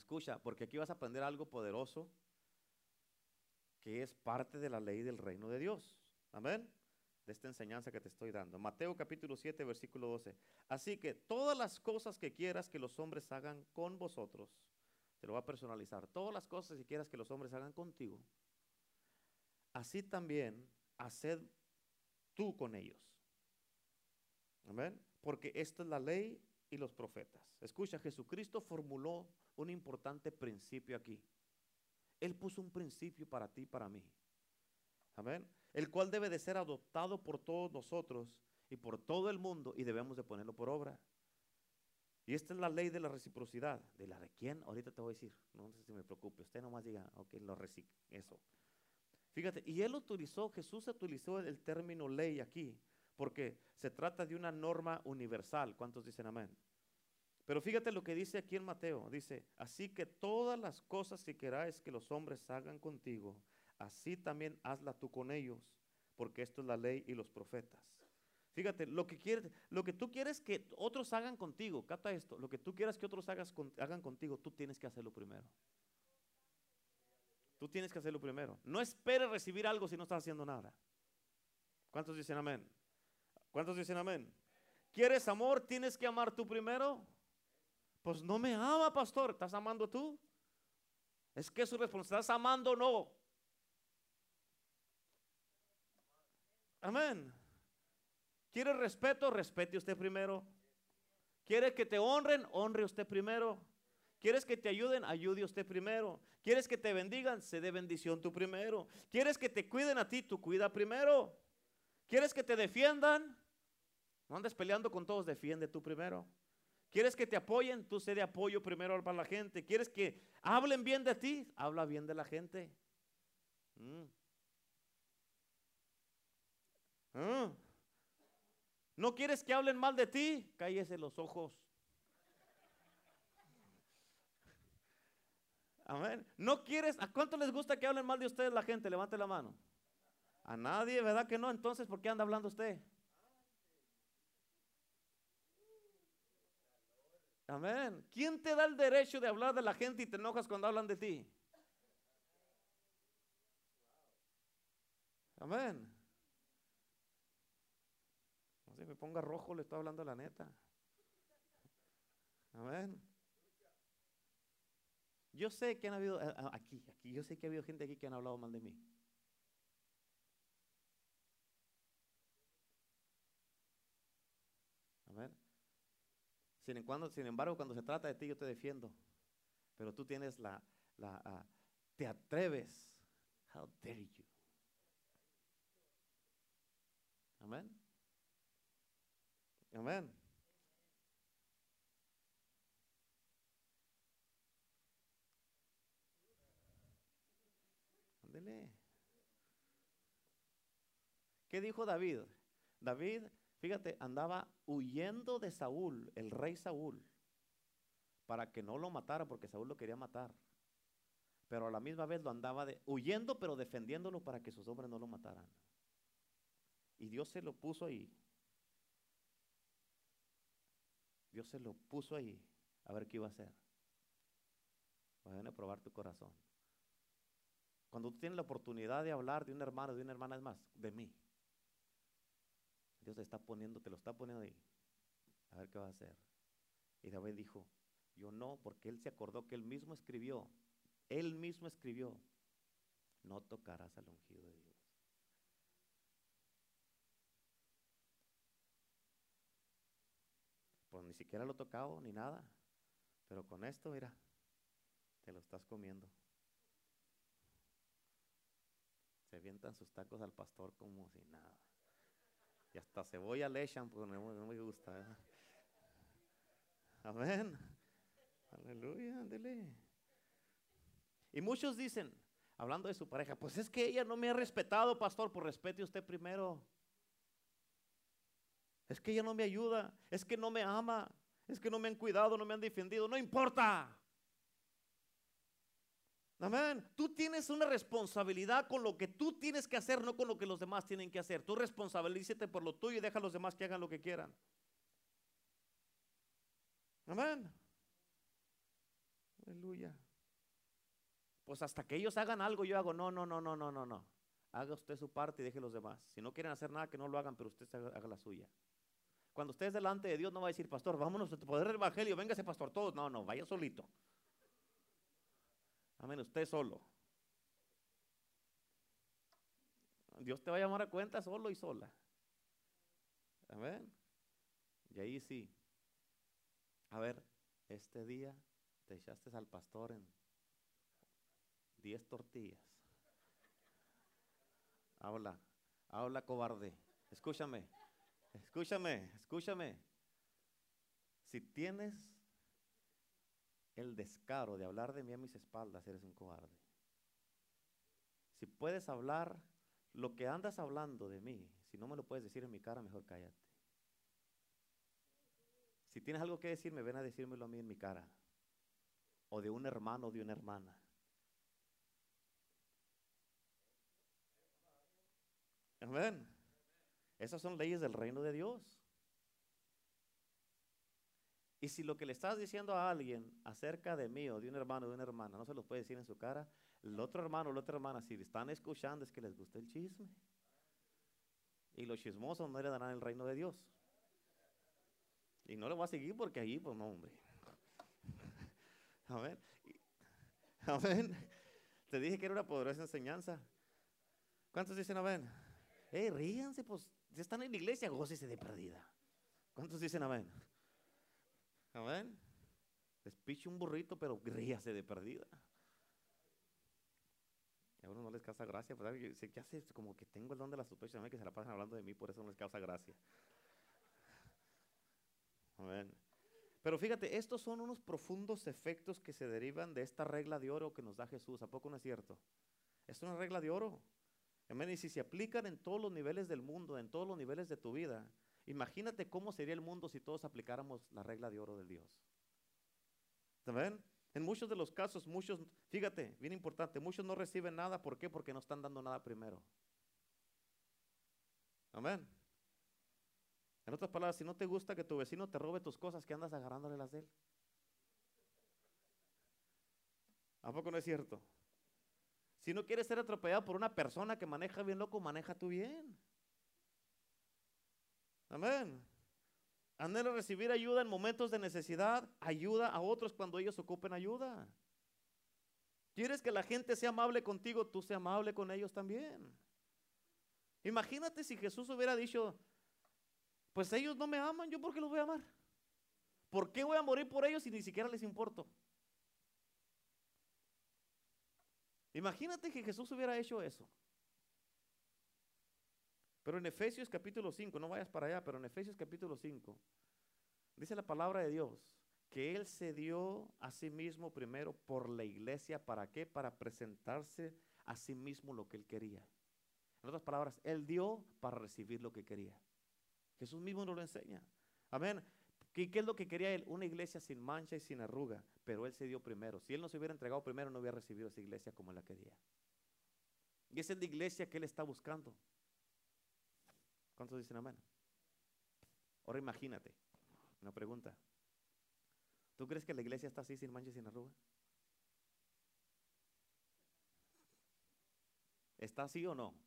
Escucha, porque aquí vas a aprender algo poderoso que es parte de la ley del reino de Dios. Amén. De esta enseñanza que te estoy dando. Mateo capítulo siete, versículo doce. Así que todas las cosas que quieras que los hombres hagan con vosotros, te lo voy a personalizar. Todas las cosas que quieras que los hombres hagan contigo, así también haced tú con ellos. Amén. Porque esta es la ley y los profetas. Escucha, Jesucristo formuló un importante principio aquí. Él puso un principio para ti y para mí. Amén. El cual debe de ser adoptado por todos nosotros y por todo el mundo, y debemos de ponerlo por obra. Y esta es la ley de la reciprocidad. ¿De la de quién? Ahorita te voy a decir. No sé si me preocupe. Usted nomás diga, ok, lo recic eso. Fíjate, y él utilizó, Jesús utilizó el término ley aquí, porque se trata de una norma universal. ¿Cuántos dicen amén? Pero fíjate lo que dice aquí en Mateo. Dice, así que todas las cosas que queráis que los hombres hagan contigo, así también hazla tú con ellos, porque esto es la ley y los profetas. Fíjate, lo que quieres, lo que tú quieres que otros hagan contigo, capta esto, lo que tú quieras que otros hagas con, hagan contigo, tú tienes que hacerlo primero. Tú tienes que hacerlo primero. No esperes recibir algo si no estás haciendo nada. ¿Cuántos dicen amén? ¿Cuántos dicen amén? ¿Quieres amor? ¿Tienes que amar tú primero? Pues no me ama, pastor. ¿Estás amando tú? Es que su responsabilidad. ¿Estás amando o no? Amén. ¿Quiere respeto? Respete usted primero. ¿Quiere que te honren? Honre usted primero. ¿Quieres que te ayuden? Ayude usted primero. ¿Quieres que te bendigan? Se dé bendición tú primero. ¿Quieres que te cuiden a ti? Tú cuida primero. ¿Quieres que te defiendan? No andes peleando con todos, defiende tú primero. ¿Quieres que te apoyen? Tú sé de apoyo primero para la gente. ¿Quieres que hablen bien de ti? Habla bien de la gente. Mm. Mm. ¿No quieres que hablen mal de ti? Cállese los ojos. Amén. ¿No quieres? ¿A cuánto les gusta que hablen mal de ustedes la gente? Levante la mano. A nadie, ¿verdad que no? Entonces, ¿por qué anda hablando usted? Amén. ¿Quién te da el derecho de hablar de la gente y te enojas cuando hablan de ti? Amén. No se me ponga rojo, le estoy hablando la neta. Amén. Yo sé que han habido, aquí, aquí, yo sé que ha habido gente aquí que han hablado mal de mí. Amén. Sin, cuando, sin embargo, cuando se trata de ti, yo te defiendo. Pero tú tienes la, la uh, te atreves. How dare you? Amén. Amén. Ándele. ¿Qué dijo David? David, fíjate, andaba huyendo de Saúl, el rey Saúl, para que no lo matara, porque Saúl lo quería matar. Pero a la misma vez lo andaba de, huyendo, pero defendiéndolo para que sus hombres no lo mataran. Y Dios se lo puso ahí. Dios se lo puso ahí a ver qué iba a hacer. Vayan a probar tu corazón. Cuando tú tienes la oportunidad de hablar de un hermano, de una hermana, es más, de mí, Dios te está poniendo, te lo está poniendo ahí. A ver qué va a hacer. Y David dijo, yo no, porque él se acordó que él mismo escribió, él mismo escribió, no tocarás al ungido de Dios. Pues ni siquiera lo he tocado, ni nada. Pero con esto, mira, te lo estás comiendo. Se avientan sus tacos al pastor como si nada. Y hasta cebolla le echan, porque no, no me gusta. ¿eh? Amén. Aleluya, ándele. Y muchos dicen, hablando de su pareja, pues es que ella no me ha respetado, pastor. Pues respete usted primero. Es que ella no me ayuda, es que no me ama, es que no me han cuidado, no me han defendido. No importa. Amén. Tú tienes una responsabilidad con lo que tú tienes que hacer, no con lo que los demás tienen que hacer. Tú responsabilízate por lo tuyo y deja a los demás que hagan lo que quieran. Amén. Aleluya. Pues hasta que ellos hagan algo, yo hago, no, no, no, no, no, no, no. Haga usted su parte y deje los demás. Si no quieren hacer nada, que no lo hagan, pero usted haga, haga la suya. Cuando usted es delante de Dios, no va a decir, pastor, vámonos a poder el evangelio, véngase, pastor, todos. No, no, vaya solito. Amén, usted solo. Dios te va a llamar a cuenta solo y sola. Amén. Y ahí sí. A ver, este día te echaste al pastor en diez tortillas. Habla, habla cobarde. Escúchame, escúchame, escúchame. Si tienes el descaro de hablar de mí a mis espaldas, eres un cobarde. Si puedes hablar lo que andas hablando de mí, si no me lo puedes decir en mi cara, mejor cállate. Si tienes algo que decirme, ven a decírmelo a mí en mi cara. O de un hermano o de una hermana. Amén. Esas son leyes del reino de Dios. Y si lo que le estás diciendo a alguien acerca de mí o de un hermano o de una hermana no se lo puede decir en su cara, el otro hermano o la otra hermana, si le están escuchando, es que les gusta el chisme. Y los chismosos no heredarán el reino de Dios. Y no le voy a seguir porque ahí, pues no, hombre. Amén. Amén. Te dije que era una poderosa enseñanza. ¿Cuántos dicen amén? Eh, ríanse, pues, si están en la iglesia, gócese de perdida. ¿Cuántos dicen amén? Amén. Les piche un burrito, pero ríase de perdida. A uno no les causa gracia, ¿verdad? Yo sé que hace como que tengo el don de la sospecha, que se la pasan hablando de mí, por eso no les causa gracia. Amén. Pero fíjate, estos son unos profundos efectos que se derivan de esta regla de oro que nos da Jesús. ¿A poco no es cierto? Es una regla de oro. Amén. Y si se aplican en todos los niveles del mundo, en todos los niveles de tu vida, imagínate cómo sería el mundo si todos aplicáramos la regla de oro del Dios. ¿Amén? En muchos de los casos, muchos, fíjate, bien importante, muchos no reciben nada. ¿Por qué? Porque no están dando nada primero. Amén. En otras palabras, si no te gusta que tu vecino te robe tus cosas, ¿qué andas agarrándole las de él? ¿A poco no es cierto? Si no quieres ser atropellado por una persona que maneja bien loco, maneja tú bien. Amén. Anhela recibir ayuda en momentos de necesidad, ayuda a otros cuando ellos ocupen ayuda. ¿Quieres que la gente sea amable contigo? Tú sea amable con ellos también. Imagínate si Jesús hubiera dicho, pues ellos no me aman, ¿yo por qué los voy a amar? ¿Por qué voy a morir por ellos si ni siquiera les importo? Imagínate que Jesús hubiera hecho eso. Pero en Efesios capítulo cinco, no vayas para allá, pero en Efesios capítulo cinco, dice la palabra de Dios, que Él se dio a sí mismo primero por la iglesia. ¿Para qué? Para presentarse a sí mismo lo que Él quería. En otras palabras, Él dio para recibir lo que quería. Jesús mismo nos lo enseña. Amén. ¿Qué, ¿Qué es lo que quería Él? Una iglesia sin mancha y sin arruga. Pero Él se dio primero. Si Él no se hubiera entregado primero, no hubiera recibido esa iglesia como Él la quería. Y esa es la iglesia que Él está buscando. ¿Cuántos dicen amén? Ahora imagínate, una pregunta. ¿Tú crees que la iglesia está así, sin mancha y sin arruga? ¿Está así o no?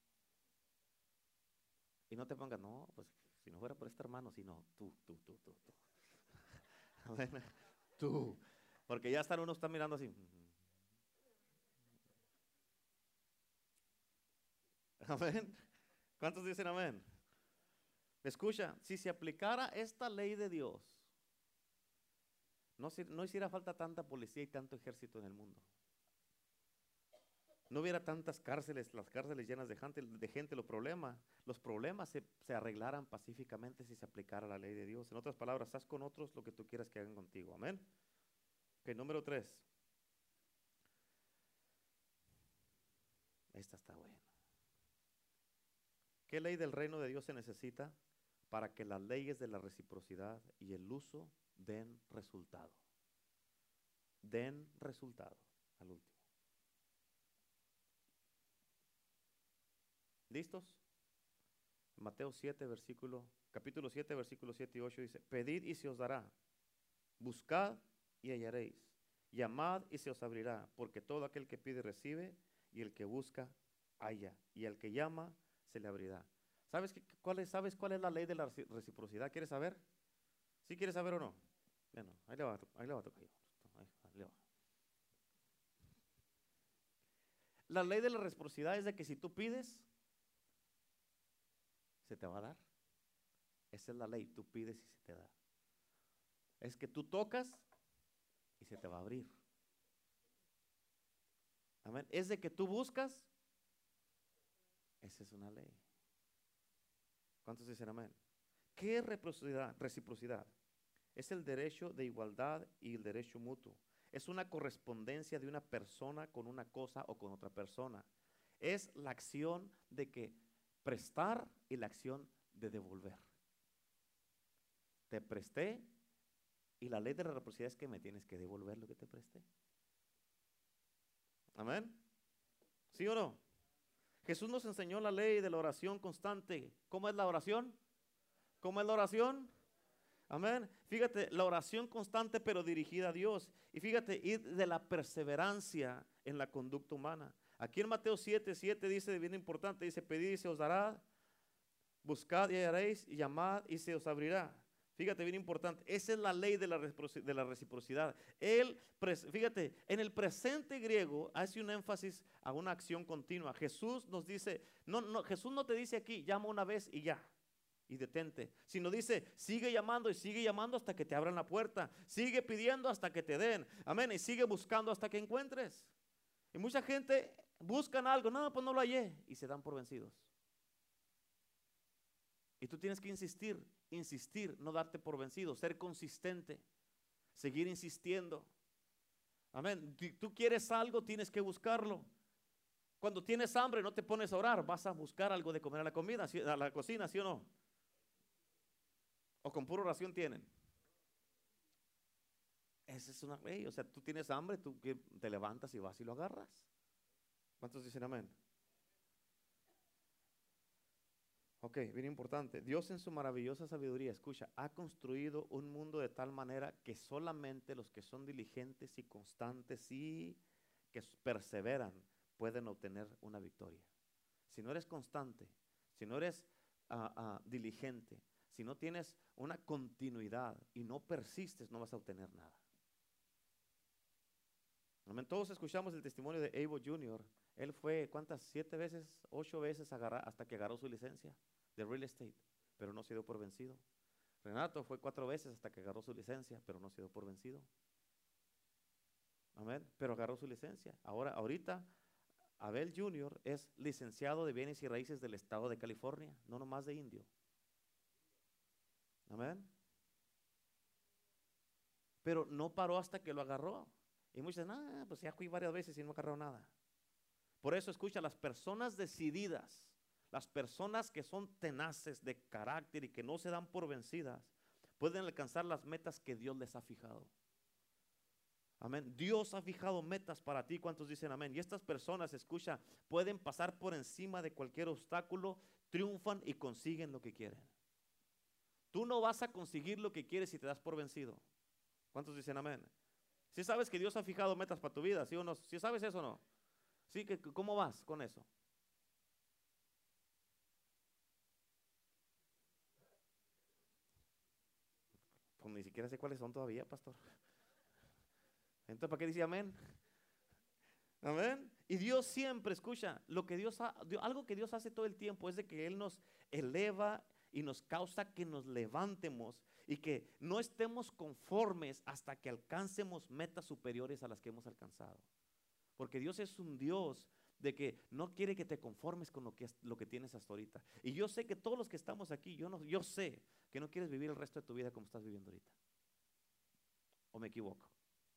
Y no te pongas, no, pues si no fuera por este hermano, si no, tú, tú, tú, tú, tú. Amén. Tú. Porque ya están, uno está mirando así. Amén. ¿Cuántos dicen amén? Escucha, si se aplicara esta ley de Dios, no, no hiciera falta tanta policía y tanto ejército en el mundo. No hubiera tantas cárceles, las cárceles llenas de gente, de gente los problemas, los problemas se, se arreglaran pacíficamente si se aplicara la ley de Dios. En otras palabras, haz con otros lo que tú quieras que hagan contigo. Amén. Ok, número tres. Esta está buena. ¿Qué ley del reino de Dios se necesita para que las leyes de la reciprocidad y el uso den resultado? Den resultado al último. ¿Listos? Mateo siete, versículo, capítulo siete, versículo siete y ocho dice, pedid y se os dará, buscad y hallaréis, Llamad y se os abrirá, porque todo aquel que pide recibe, y el que busca halla, y el que llama se le abrirá. ¿Sabes qué, cuál es, ¿Sabes cuál es la ley de la reci- reciprocidad? ¿Quieres saber? ¿Sí quieres saber o no? Bueno, ahí le va, a to- ahí le va a tocar. Ahí- ahí le va. La ley de la reciprocidad es de que si tú pides, se te va a dar. Esa es la ley, tú pides y se te da. Es que tú tocas y se te va a abrir. Amén. Es de que tú buscas, esa es una ley. ¿Cuántos dicen amén? ¿Qué es reciprocidad? Reciprocidad. Es el derecho de igualdad y el derecho mutuo. Es una correspondencia de una persona con una cosa o con otra persona. Es la acción de que prestar y la acción de devolver. Te presté y la ley de la reciprocidad es que me tienes que devolver lo que te presté. Amén. ¿Sí o no? Jesús nos enseñó la ley de la oración constante. ¿Cómo es la oración? ¿Cómo es la oración? Amén. Fíjate, la oración constante pero dirigida a Dios. Y fíjate, ir de la perseverancia en la conducta humana. Aquí en Mateo siete, siete dice, bien importante, dice, pedid y se os dará, buscad y hallaréis, y llamad y se os abrirá. Fíjate, bien importante, esa es la ley de la, de la reciprocidad. Él, fíjate, en el presente griego hace un énfasis a una acción continua. Jesús nos dice, no, no, Jesús no te dice aquí, llama una vez y ya, y detente, sino dice, sigue llamando y sigue llamando hasta que te abran la puerta, sigue pidiendo hasta que te den, amén, y sigue buscando hasta que encuentres. Y mucha gente buscan algo, no, pues no lo hallé, y se dan por vencidos. Y tú tienes que insistir, insistir, no darte por vencido, ser consistente, seguir insistiendo. Amén. Si tú quieres algo, tienes que buscarlo. Cuando tienes hambre, no te pones a orar, vas a buscar algo de comer a la comida, a la cocina, ¿sí o no? O con pura oración tienen. Esa es una ley. O sea, tú tienes hambre, tú te levantas y vas y lo agarras. ¿Cuántos dicen amén? Ok, bien importante. Dios en su maravillosa sabiduría, escucha, ha construido un mundo de tal manera que solamente los que son diligentes y constantes y que perseveran pueden obtener una victoria. Si no eres constante, si no eres uh, uh, diligente, si no tienes una continuidad y no persistes, no vas a obtener nada. Amén. Todos escuchamos el testimonio de Abel junior Él fue, ¿cuántas? Siete veces, ocho veces agarra, hasta que agarró su licencia de real estate, pero no se dio por vencido. Renato fue cuatro veces hasta que agarró su licencia, pero no se dio por vencido. Amén. Pero agarró su licencia. Ahora, ahorita, Abel junior es licenciado de bienes y raíces del estado de California, no nomás de indio. Amén. Pero no paró hasta que lo agarró. Y muchos dicen, ah, pues ya fui varias veces y no agarró nada. Por eso escucha, las personas decididas, las personas que son tenaces de carácter y que no se dan por vencidas, pueden alcanzar las metas que Dios les ha fijado. Amén. Dios ha fijado metas para ti. ¿Cuántos dicen amén? Y estas personas, escucha, pueden pasar por encima de cualquier obstáculo, triunfan y consiguen lo que quieren. Tú no vas a conseguir lo que quieres si te das por vencido. ¿Cuántos dicen amén? Si sabes que Dios ha fijado metas para tu vida, ¿sí o no? ¿Sí sabes eso o no? ¿Sí? ¿Cómo vas con eso? Pues ni siquiera sé cuáles son todavía, pastor. Entonces, ¿para qué dice amén? Amén. Y Dios siempre, escucha, lo que Dios ha, algo que Dios hace todo el tiempo es de que Él nos eleva y nos causa que nos levantemos y que no estemos conformes hasta que alcancemos metas superiores a las que hemos alcanzado. Porque Dios es un Dios de que no quiere que te conformes con lo que, lo que tienes hasta ahorita. Y yo sé que todos los que estamos aquí, yo, no, yo sé que no quieres vivir el resto de tu vida como estás viviendo ahorita. ¿O me equivoco?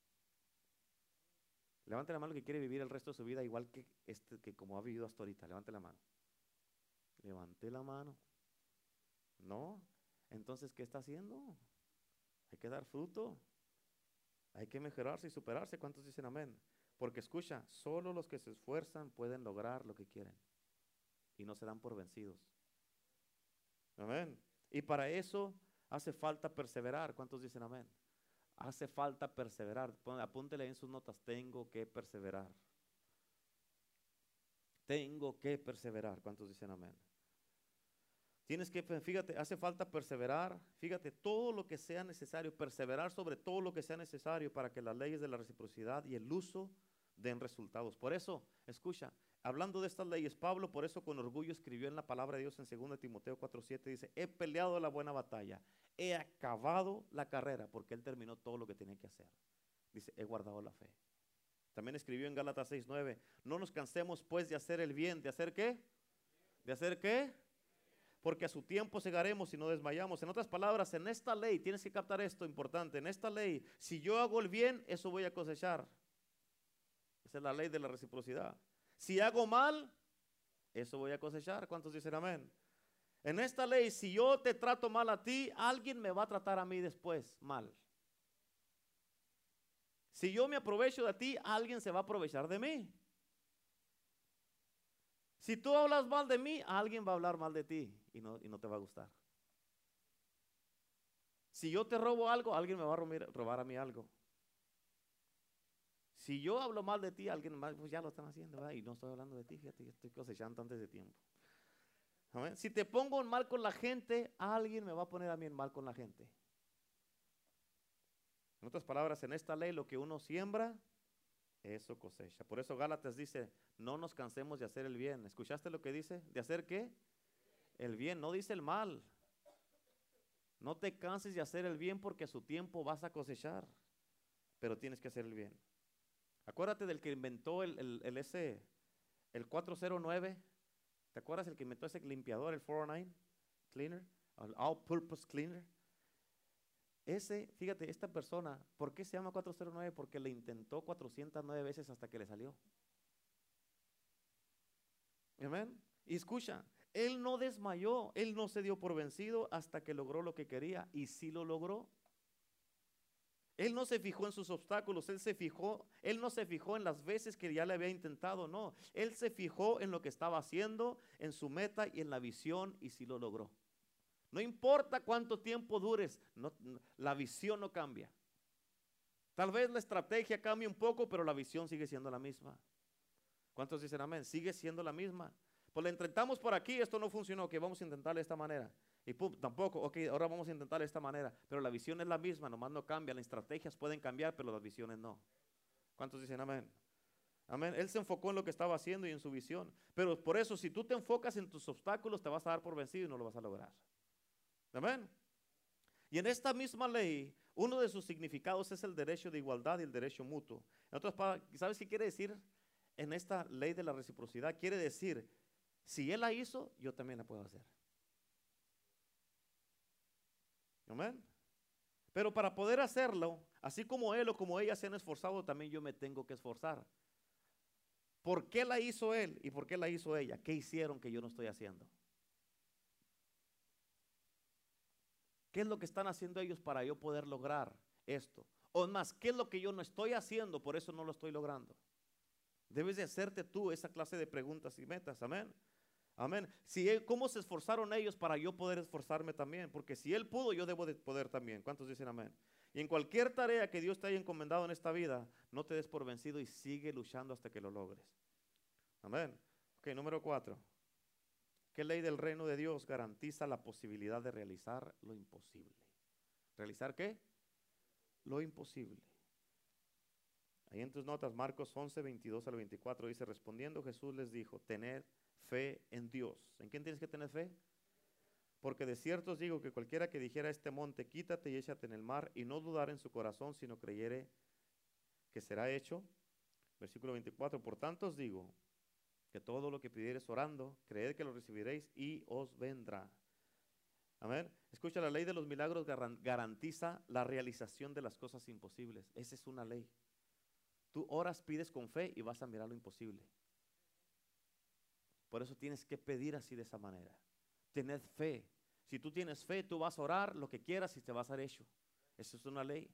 Levante la mano que quiere vivir el resto de su vida igual que, este, que como ha vivido hasta ahorita. Levante la mano. Levante la mano. No. Entonces, ¿qué está haciendo? Hay que dar fruto. Hay que mejorarse y superarse. ¿Cuántos dicen amén? Porque escucha, solo los que se esfuerzan pueden lograr lo que quieren. Y no se dan por vencidos. Amén. Y para eso hace falta perseverar. ¿Cuántos dicen amén? Hace falta perseverar. Pon- Apúntele en sus notas, tengo que perseverar. Tengo que perseverar. ¿Cuántos dicen amén? Tienes que, fíjate, hace falta perseverar, fíjate, todo lo que sea necesario, perseverar sobre todo lo que sea necesario para que las leyes de la reciprocidad y el uso den resultados. Por eso, escucha, hablando de estas leyes, Pablo por eso con orgullo escribió en la palabra de Dios en segunda Timoteo cuatro siete, dice, he peleado la buena batalla, he acabado la carrera, porque él terminó todo lo que tenía que hacer. Dice, he guardado la fe. También escribió en Gálatas seis nueve, no nos cansemos pues de hacer el bien. ¿De hacer qué? ¿De hacer qué? Porque a su tiempo segaremos y no desmayamos. En otras palabras, en esta ley, tienes que captar esto importante, en esta ley, si yo hago el bien, eso voy a cosechar. Esa es la ley de la reciprocidad. Si hago mal, eso voy a cosechar. ¿Cuántos dicen amén? En esta ley, si yo te trato mal a ti, alguien me va a tratar a mí después mal. Si yo me aprovecho de ti, alguien se va a aprovechar de mí. Si tú hablas mal de mí, alguien va a hablar mal de ti y no, y no te va a gustar. Si yo te robo algo, alguien me va a robar, robar a mí algo. Si yo hablo mal de ti, alguien más, pues ya lo están haciendo, ¿verdad? Y no estoy hablando de ti, fíjate, yo estoy cosechando antes de tiempo. ¿Amén? Si te pongo en mal con la gente, alguien me va a poner a mí en mal con la gente. En otras palabras, en esta ley lo que uno siembra, eso cosecha. Por eso Gálatas dice, no nos cansemos de hacer el bien. ¿Escuchaste lo que dice? ¿De hacer qué? El bien, no dice el mal. No te canses de hacer el bien porque a su tiempo vas a cosechar. Pero tienes que hacer el bien. Acuérdate del que inventó el, el, el ese, el cuatrocientos nueve. ¿Te acuerdas el que inventó ese limpiador, el cuatrocientos nueve cleaner? El all purpose cleaner. Ese, fíjate, esta persona, ¿por qué se llama cuatrocientos nueve? Porque le intentó cuatrocientas nueve veces hasta que le salió. Amén. Y escucha, él no desmayó, él no se dio por vencido hasta que logró lo que quería, y sí lo logró. Él no se fijó en sus obstáculos, él se fijó, él no se fijó en las veces que ya le había intentado, no. Él se fijó en lo que estaba haciendo, en su meta y en la visión, y sí lo logró. No importa cuánto tiempo dures, no, no, la visión no cambia. Tal vez la estrategia cambie un poco, pero la visión sigue siendo la misma. ¿Cuántos dicen amén? Sigue siendo la misma. Pues la intentamos por aquí, esto no funcionó, ok, vamos a intentarlo de esta manera. Y pum, tampoco, ok, ahora vamos a intentar de esta manera. Pero la visión es la misma, nomás no cambia. Las estrategias pueden cambiar, pero las visiones no. ¿Cuántos dicen amén? Amén. Él se enfocó en lo que estaba haciendo y en su visión. Pero por eso, si tú te enfocas en tus obstáculos, te vas a dar por vencido y no lo vas a lograr. Amén. Y en esta misma ley, uno de sus significados es el derecho de igualdad y el derecho mutuo. En otras palabras, ¿sabes qué quiere decir en esta ley de la reciprocidad? Quiere decir, si él la hizo, yo también la puedo hacer. Amén. Pero para poder hacerlo, así como él o como ella se han esforzado, también yo me tengo que esforzar. ¿Por qué la hizo él y por qué la hizo ella? ¿Qué hicieron que yo no estoy haciendo? ¿Qué es lo que están haciendo ellos para yo poder lograr esto? O más, ¿qué es lo que yo no estoy haciendo? Por eso no lo estoy logrando. Debes de hacerte tú esa clase de preguntas y metas. Amén. Amén. Si él, ¿cómo se esforzaron ellos para yo poder esforzarme también? Porque si él pudo, yo debo de poder también. ¿Cuántos dicen amén? Y en cualquier tarea que Dios te haya encomendado en esta vida, no te des por vencido y sigue luchando hasta que lo logres. Amén. Ok, número cuatro. ¿Qué ley del reino de Dios garantiza la posibilidad de realizar lo imposible? ¿Realizar qué? Lo imposible. Ahí en tus notas, Marcos once, veintidós al veinticuatro, dice, respondiendo Jesús les dijo, tened fe en Dios. ¿En quién tienes que tener fe? Porque de cierto os digo que cualquiera que dijera a este monte, quítate y échate en el mar, y no dudar en su corazón, sino creyere que será hecho. Versículo veinticuatro, por tanto os digo, que todo lo que pidiereis orando, creed que lo recibiréis y os vendrá. Amén. Escucha, la ley de los milagros garantiza la realización de las cosas imposibles. Esa es una ley. Tú oras, pides con fe y vas a mirar lo imposible. Por eso tienes que pedir así de esa manera. Tened fe. Si tú tienes fe, tú vas a orar lo que quieras y te va a ser hecho. Esa es una ley.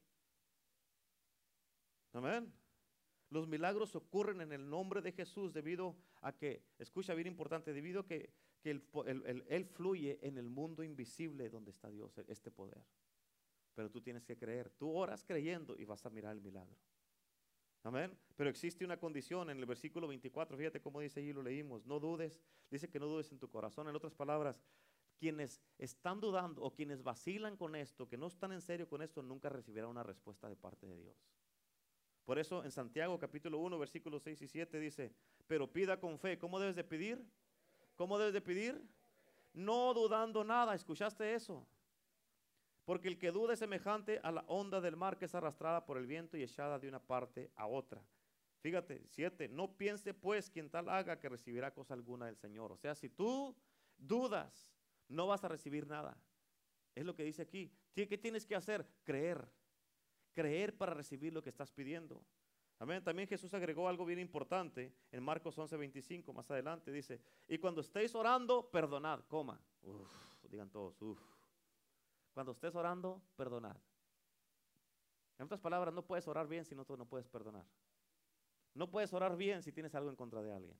Amén. Los milagros ocurren en el nombre de Jesús debido a que, escucha bien importante, debido a que, que el, el, el, Él fluye en el mundo invisible donde está Dios, este poder. Pero tú tienes que creer. Tú oras creyendo y vas a mirar el milagro. Amén. Pero existe una condición en el versículo veinticuatro. Fíjate cómo dice allí, lo leímos. No dudes. Dice que no dudes en tu corazón. En otras palabras, quienes están dudando o quienes vacilan con esto, que no están en serio con esto, nunca recibirán una respuesta de parte de Dios. Por eso en Santiago capítulo uno, versículos seis y siete dice, pero pida con fe. ¿Cómo debes de pedir? ¿Cómo debes de pedir? No dudando nada. ¿Escuchaste eso? Porque el que duda es semejante a la onda del mar que es arrastrada por el viento y echada de una parte a otra. Fíjate, siete, no piense pues quien tal haga que recibirá cosa alguna del Señor. O sea, si tú dudas, no vas a recibir nada. Es lo que dice aquí. ¿Qué tienes que hacer? Creer. Creer para recibir lo que estás pidiendo. Amén. También Jesús agregó algo bien importante en Marcos once, veinticinco, más adelante dice, y cuando estéis orando, perdonad, coma. Uf, digan todos, uf. Cuando estés orando, perdonad. En otras palabras, no puedes orar bien si no, tú no puedes perdonar. No puedes orar bien si tienes algo en contra de alguien.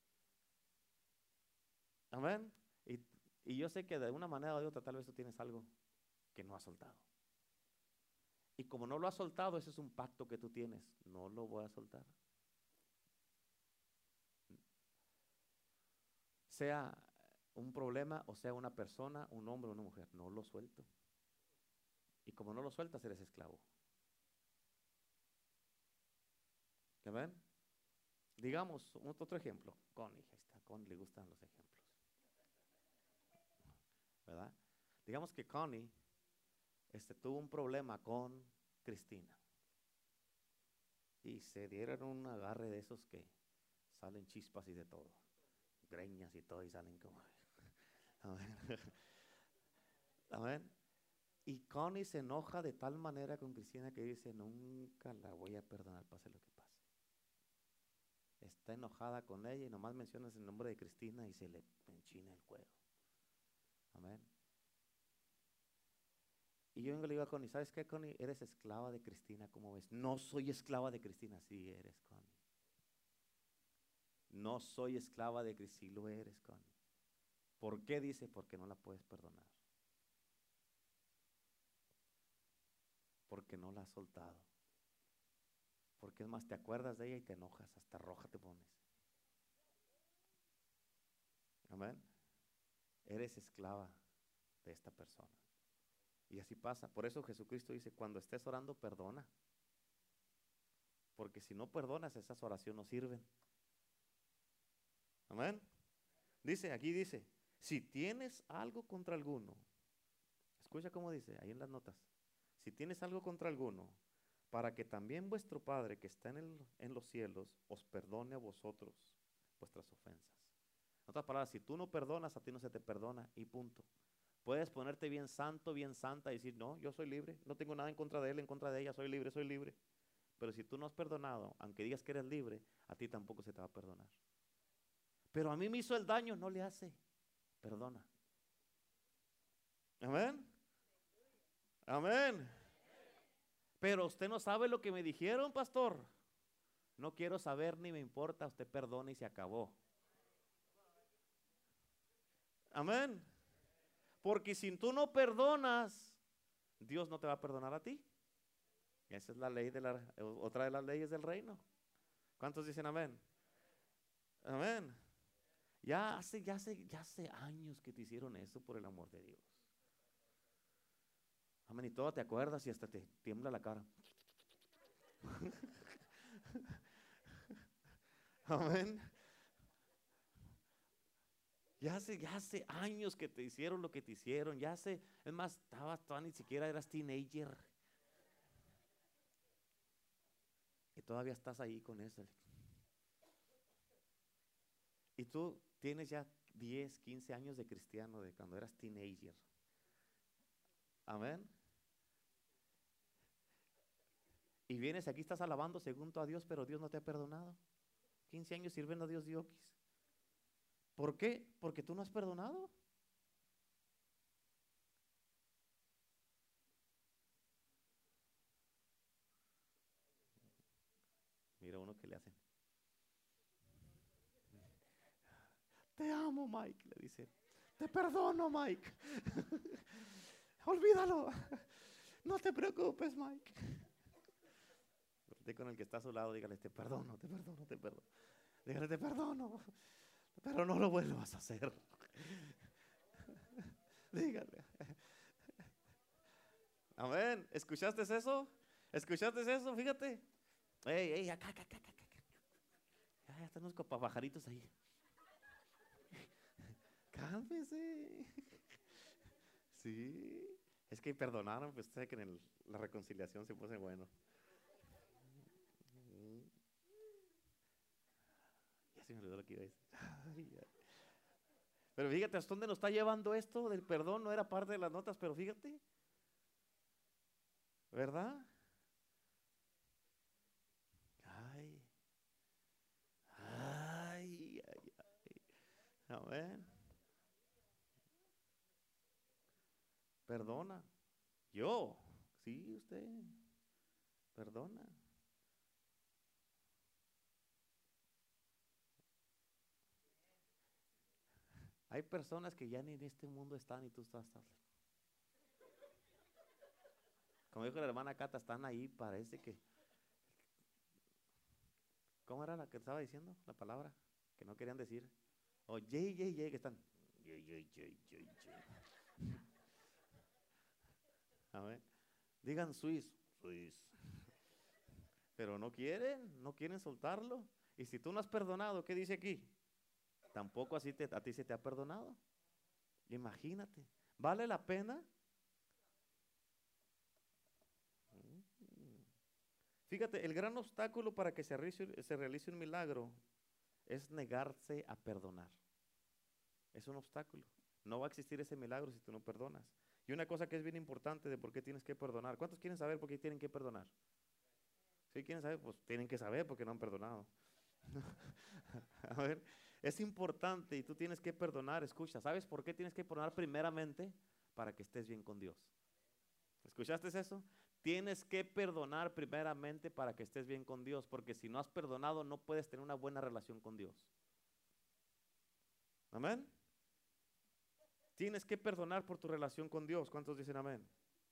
Amén. Y, y yo sé que de una manera o de otra tal vez tú tienes algo que no has soltado. Y como no lo has soltado, ese es un pacto que tú tienes. No lo voy a soltar. Sea un problema o sea una persona, un hombre o una mujer, no lo suelto. Y como no lo sueltas, eres esclavo. ¿Amén? Digamos, otro ejemplo. Connie, ahí está, Connie le gustan los ejemplos. ¿Verdad? Digamos que Connie este, tuvo un problema con Cristina. Y se dieron un agarre de esos que salen chispas y de todo. Greñas y todo y salen como... Amén. Amén. Y Connie se enoja de tal manera con Cristina que dice, nunca la voy a perdonar, pase lo que pase. Está enojada con ella y nomás mencionas el nombre de Cristina y se le enchina el cuero. Amén. Y yo vengo y le digo a Connie, ¿sabes qué, Connie? Eres esclava de Cristina, ¿cómo ves? No soy esclava de Cristina. Sí eres, Connie. No soy esclava de Cristina. Sí lo eres, Connie. ¿Por qué? Dice, porque no la puedes perdonar. Porque no la has soltado. Porque es más, te acuerdas de ella y te enojas, hasta roja te pones. Amén. Eres esclava de esta persona. Y así pasa. Por eso Jesucristo dice, cuando estés orando, perdona. Porque si no perdonas, esas oraciones no sirven. Amén. Dice, aquí dice, si tienes algo contra alguno, escucha cómo dice, ahí en las notas, si tienes algo contra alguno, para que también vuestro Padre que está en, el, en los cielos os perdone a vosotros vuestras ofensas. En otras palabras, si tú no perdonas, a ti no se te perdona y punto. Puedes ponerte bien santo, bien santa y decir, no, yo soy libre, no tengo nada en contra de él, en contra de ella, soy libre, soy libre. Pero si tú no has perdonado, aunque digas que eres libre, a ti tampoco se te va a perdonar. Pero a mí me hizo el daño, no le hace, perdona. Amén. Amén. Pero usted no sabe lo que me dijeron, pastor. No quiero saber ni me importa, usted perdona y se acabó. Amén. Porque si tú no perdonas, Dios no te va a perdonar a ti. Esa es la ley de la, otra de las leyes del reino. ¿Cuántos dicen amén? Amén. Ya hace, ya hace, ya hace años que te hicieron eso, por el amor de Dios. Amén. Y todo te acuerdas y hasta te tiembla la cara. Amén. Ya hace, ya hace años que te hicieron lo que te hicieron. Ya hace, es más, estabas, ni siquiera eras teenager. Y todavía estás ahí con eso. Y tú tienes ya diez, quince años de cristiano, de cuando eras teenager. Amén. Y vienes aquí, estás alabando según tú a Dios, pero Dios no te ha perdonado. quince años sirviendo a Dios diokis. ¿Por qué? Porque tú no has perdonado. Mira uno que le hacen. Te amo, Mike, le dice. Te perdono, Mike. Olvídalo. No te preocupes, Mike. Voltee con el que está a su lado, dígale, te perdono, te perdono, te perdono. Dígale, te perdono, pero no lo vuelvas a hacer. Dígale. Amén. ¿Escuchaste eso? ¿Escuchaste eso? Fíjate. Ey, ey, acá, acá, acá, acá, acá. Ya, ya están los copapajaritos ahí. Cálmese. Sí. Es que perdonaron, pues sabe que en el- la reconciliación se pone bueno. Ya se me olvidó lo que iba a decir. Ay, ay. Pero fíjate, ¿hasta dónde nos está llevando esto del perdón? No era parte de las notas, pero fíjate, ¿verdad? Ay, ay, ay, ay. Amén. Perdona. Yo. Sí, usted. Perdona. Hay personas que ya ni en este mundo están y tú estás. estás- Como dijo la hermana Cata, están ahí, parece que. ¿Cómo era la que estaba diciendo? La palabra que no querían decir. O yay, yay, yay, que están. Yay, yay, yay, yay, yay. A ver. Digan Swiss. Swiss. Pero no quieren, no quieren soltarlo. Y si tú no has perdonado, ¿qué dice aquí? Tampoco así te- a ti se te ha perdonado. Imagínate. ¿Vale la pena? Mm. Fíjate, el gran obstáculo para que se realice, se realice un milagro es negarse a perdonar. Es un obstáculo. No va a existir ese milagro si tú no perdonas. Y una cosa que es bien importante de por qué tienes que perdonar. ¿Cuántos quieren saber por qué tienen que perdonar? Si quieren saber, pues tienen que saber porque no han perdonado. A ver, es importante y tú tienes que perdonar. Escucha, ¿sabes por qué tienes que perdonar? Primeramente, para que estés bien con Dios. ¿Escuchaste eso? Tienes que perdonar primeramente para que estés bien con Dios, porque si no has perdonado no puedes tener una buena relación con Dios. Amén. Tienes que perdonar por tu relación con Dios. ¿Cuántos dicen amén?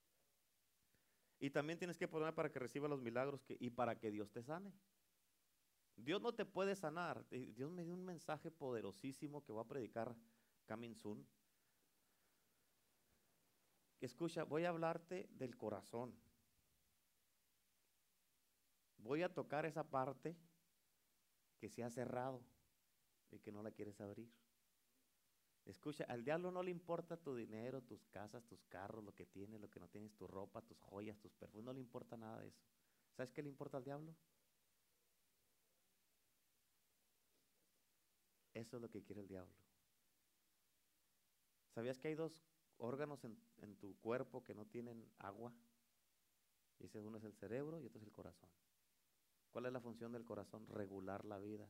Y también tienes que perdonar para que reciba los milagros que, y para que Dios te sane. Dios no te puede sanar. Eh, Dios me dio un mensaje poderosísimo que voy a predicar coming soon. Escucha, voy a hablarte del corazón. Voy a tocar esa parte que se ha cerrado y que no la quieres abrir. Escucha, al diablo no le importa tu dinero, tus casas, tus carros, lo que tienes, lo que no tienes, tu ropa, tus joyas, tus perfumes, no le importa nada de eso. ¿Sabes qué le importa al diablo? Eso es lo que quiere el diablo. ¿Sabías que hay dos órganos en, en tu cuerpo que no tienen agua? Y ese uno es el cerebro y otro es el corazón. ¿Cuál es la función del corazón? Regular la vida.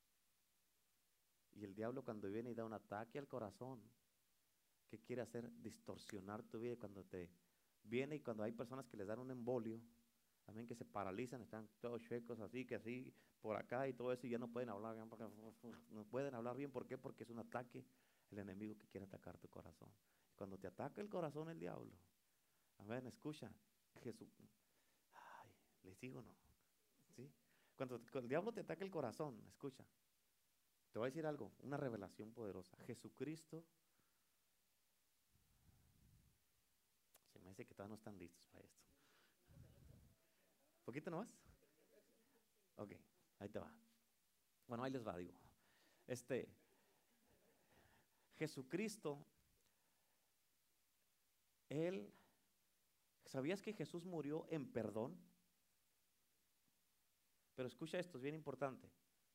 Y el diablo cuando viene y da un ataque al corazón, ¿qué quiere hacer? Distorsionar tu vida. Y cuando te viene y cuando hay personas que les dan un embolio, también que se paralizan, están todos chuecos así, que así, por acá y todo eso, y ya no pueden hablar bien, porque no pueden hablar bien, ¿por qué? Porque es un ataque, el enemigo que quiere atacar tu corazón. Cuando te ataca el corazón el diablo, amén, escucha, Jesús, ay, ¿le sigo o no? ¿Sí? Cuando, cuando el diablo te ataca el corazón, escucha, te voy a decir algo, una revelación poderosa. Jesucristo, se me dice que todavía no están listos para esto. ¿Poquito nomás? Ok, ahí te va. Bueno, ahí les va, digo. Este, Jesucristo, Él, ¿sabías que Jesús murió en perdón? Pero escucha esto, es bien importante.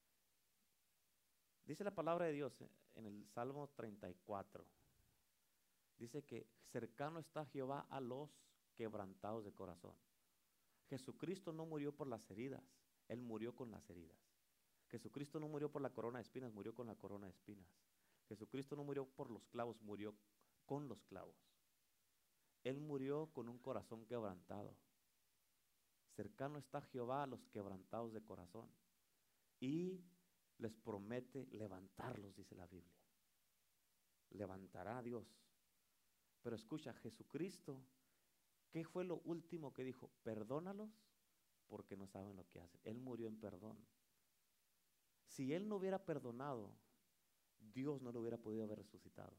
Dice la palabra de Dios en el Salmo treinta y cuatro. Dice que cercano está Jehová a los quebrantados de corazón. Jesucristo no murió por las heridas, Él murió con las heridas. Jesucristo no murió por la corona de espinas, murió con la corona de espinas. Jesucristo no murió por los clavos, murió con los clavos. Él murió con un corazón quebrantado. Cercano está Jehová a los quebrantados de corazón y les promete levantarlos, dice la Biblia. Levantará a Dios. Pero escucha, Jesucristo ¿Qué fue lo último que dijo? Perdónalos porque no saben lo que hacen. Él murió en perdón. Si él no hubiera perdonado, Dios no lo hubiera podido haber resucitado.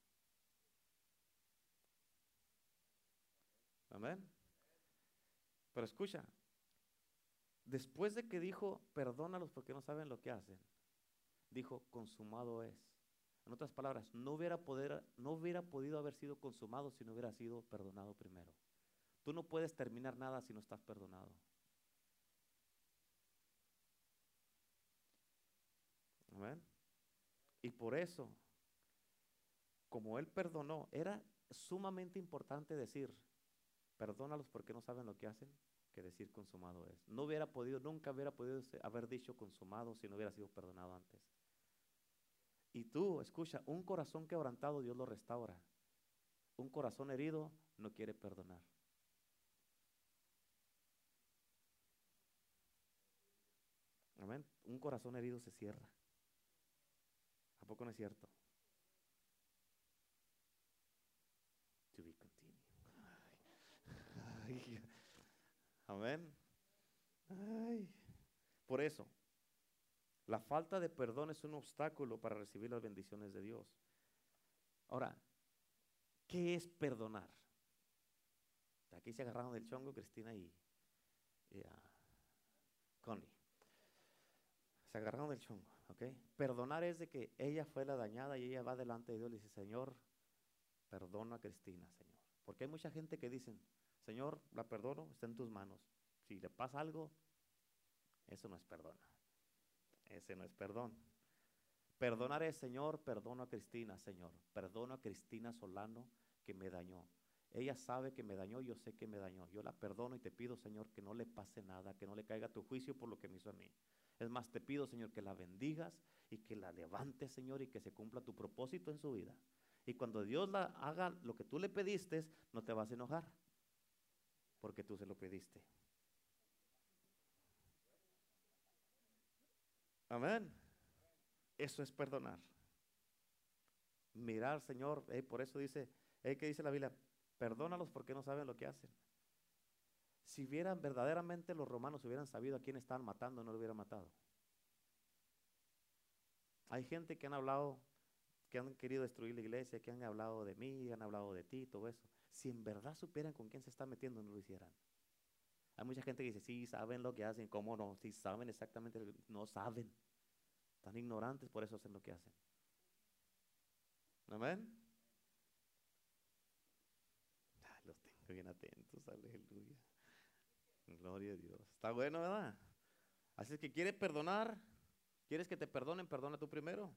Amén. Pero escucha, después de que dijo, perdónalos porque no saben lo que hacen, dijo, consumado es. En otras palabras, no hubiera, poder, no hubiera podido haber sido consumado si no hubiera sido perdonado primero. Tú no puedes terminar nada si no estás perdonado. Amén. Y por eso, como él perdonó, era sumamente importante decir, perdónalos porque no saben lo que hacen, que decir consumado es. No hubiera podido, nunca hubiera podido haber dicho consumado si no hubiera sido perdonado antes. Y tú, escucha, un corazón quebrantado Dios lo restaura. Un corazón herido no quiere perdonar. Amén. Un corazón herido se cierra. ¿A poco no es cierto? To be continued. Ay, ay, amén. Ay. Por eso, la falta de perdón es un obstáculo para recibir las bendiciones de Dios. Ahora, ¿qué es perdonar? Aquí se agarraron del chongo Cristina y, y uh, Connie. Se agarraron del chongo, ¿ok? Perdonar es de que ella fue la dañada y ella va delante de Dios y le dice, Señor, perdona a Cristina, Señor. Porque hay mucha gente que dicen, Señor, la perdono, está en tus manos. Si le pasa algo, eso no es perdón. Ese no es perdón. Perdonar es, Señor, perdono a Cristina, Señor. Perdono a Cristina Solano que me dañó. Ella sabe que me dañó, yo sé que me dañó. Yo la perdono y te pido, Señor, que no le pase nada, que no le caiga tu juicio por lo que me hizo a mí. Es más, te pido, Señor, que la bendigas y que la levantes, Señor, y que se cumpla tu propósito en su vida. Y cuando Dios la haga lo que tú le pediste, no te vas a enojar, porque tú se lo pediste. Amén. Eso es perdonar. Mirar, Señor, eh, por eso dice, eh, ¿qué dice la Biblia? Perdónalos porque no saben lo que hacen. Si hubieran verdaderamente los romanos hubieran sabido a quién estaban matando, no lo hubieran matado. Hay gente que han hablado, que han querido destruir la iglesia, que han hablado de mí, han hablado de ti, todo eso. Si en verdad supieran con quién se está metiendo, no lo hicieran. Hay mucha gente que dice, sí, saben lo que hacen, ¿cómo no? Sí, saben exactamente, lo que, no saben. Están ignorantes, por eso hacen lo que hacen. Amén. Ah, los tengo bien atentos, aleluya. Gloria a Dios. Está bueno, ¿verdad? Así es que quieres perdonar, quieres que te perdonen, perdona tú primero.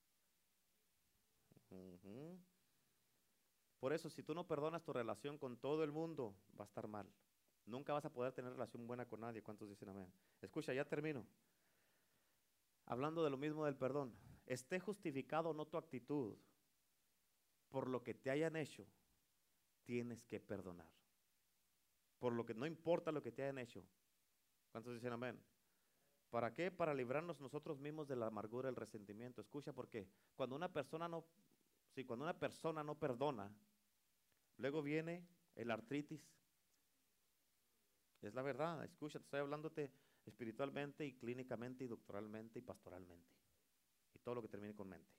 Uh-huh. Por eso, si tú no perdonas, tu relación con todo el mundo va a estar mal. Nunca vas a poder tener relación buena con nadie. ¿Cuántos dicen amén? Escucha, ya termino. Hablando de lo mismo del perdón. Esté justificado o no tu actitud, por lo que te hayan hecho, tienes que perdonar. Por lo que no importa lo que te hayan hecho. ¿Cuántos dicen amén? ¿Para qué? Para librarnos nosotros mismos de la amargura, el resentimiento. Escucha, porque cuando una persona no, sí, cuando una persona no perdona, luego viene el artritis. Es la verdad. Escucha, te estoy hablándote espiritualmente y clínicamente y doctoralmente y pastoralmente. Y todo lo que termine con mente.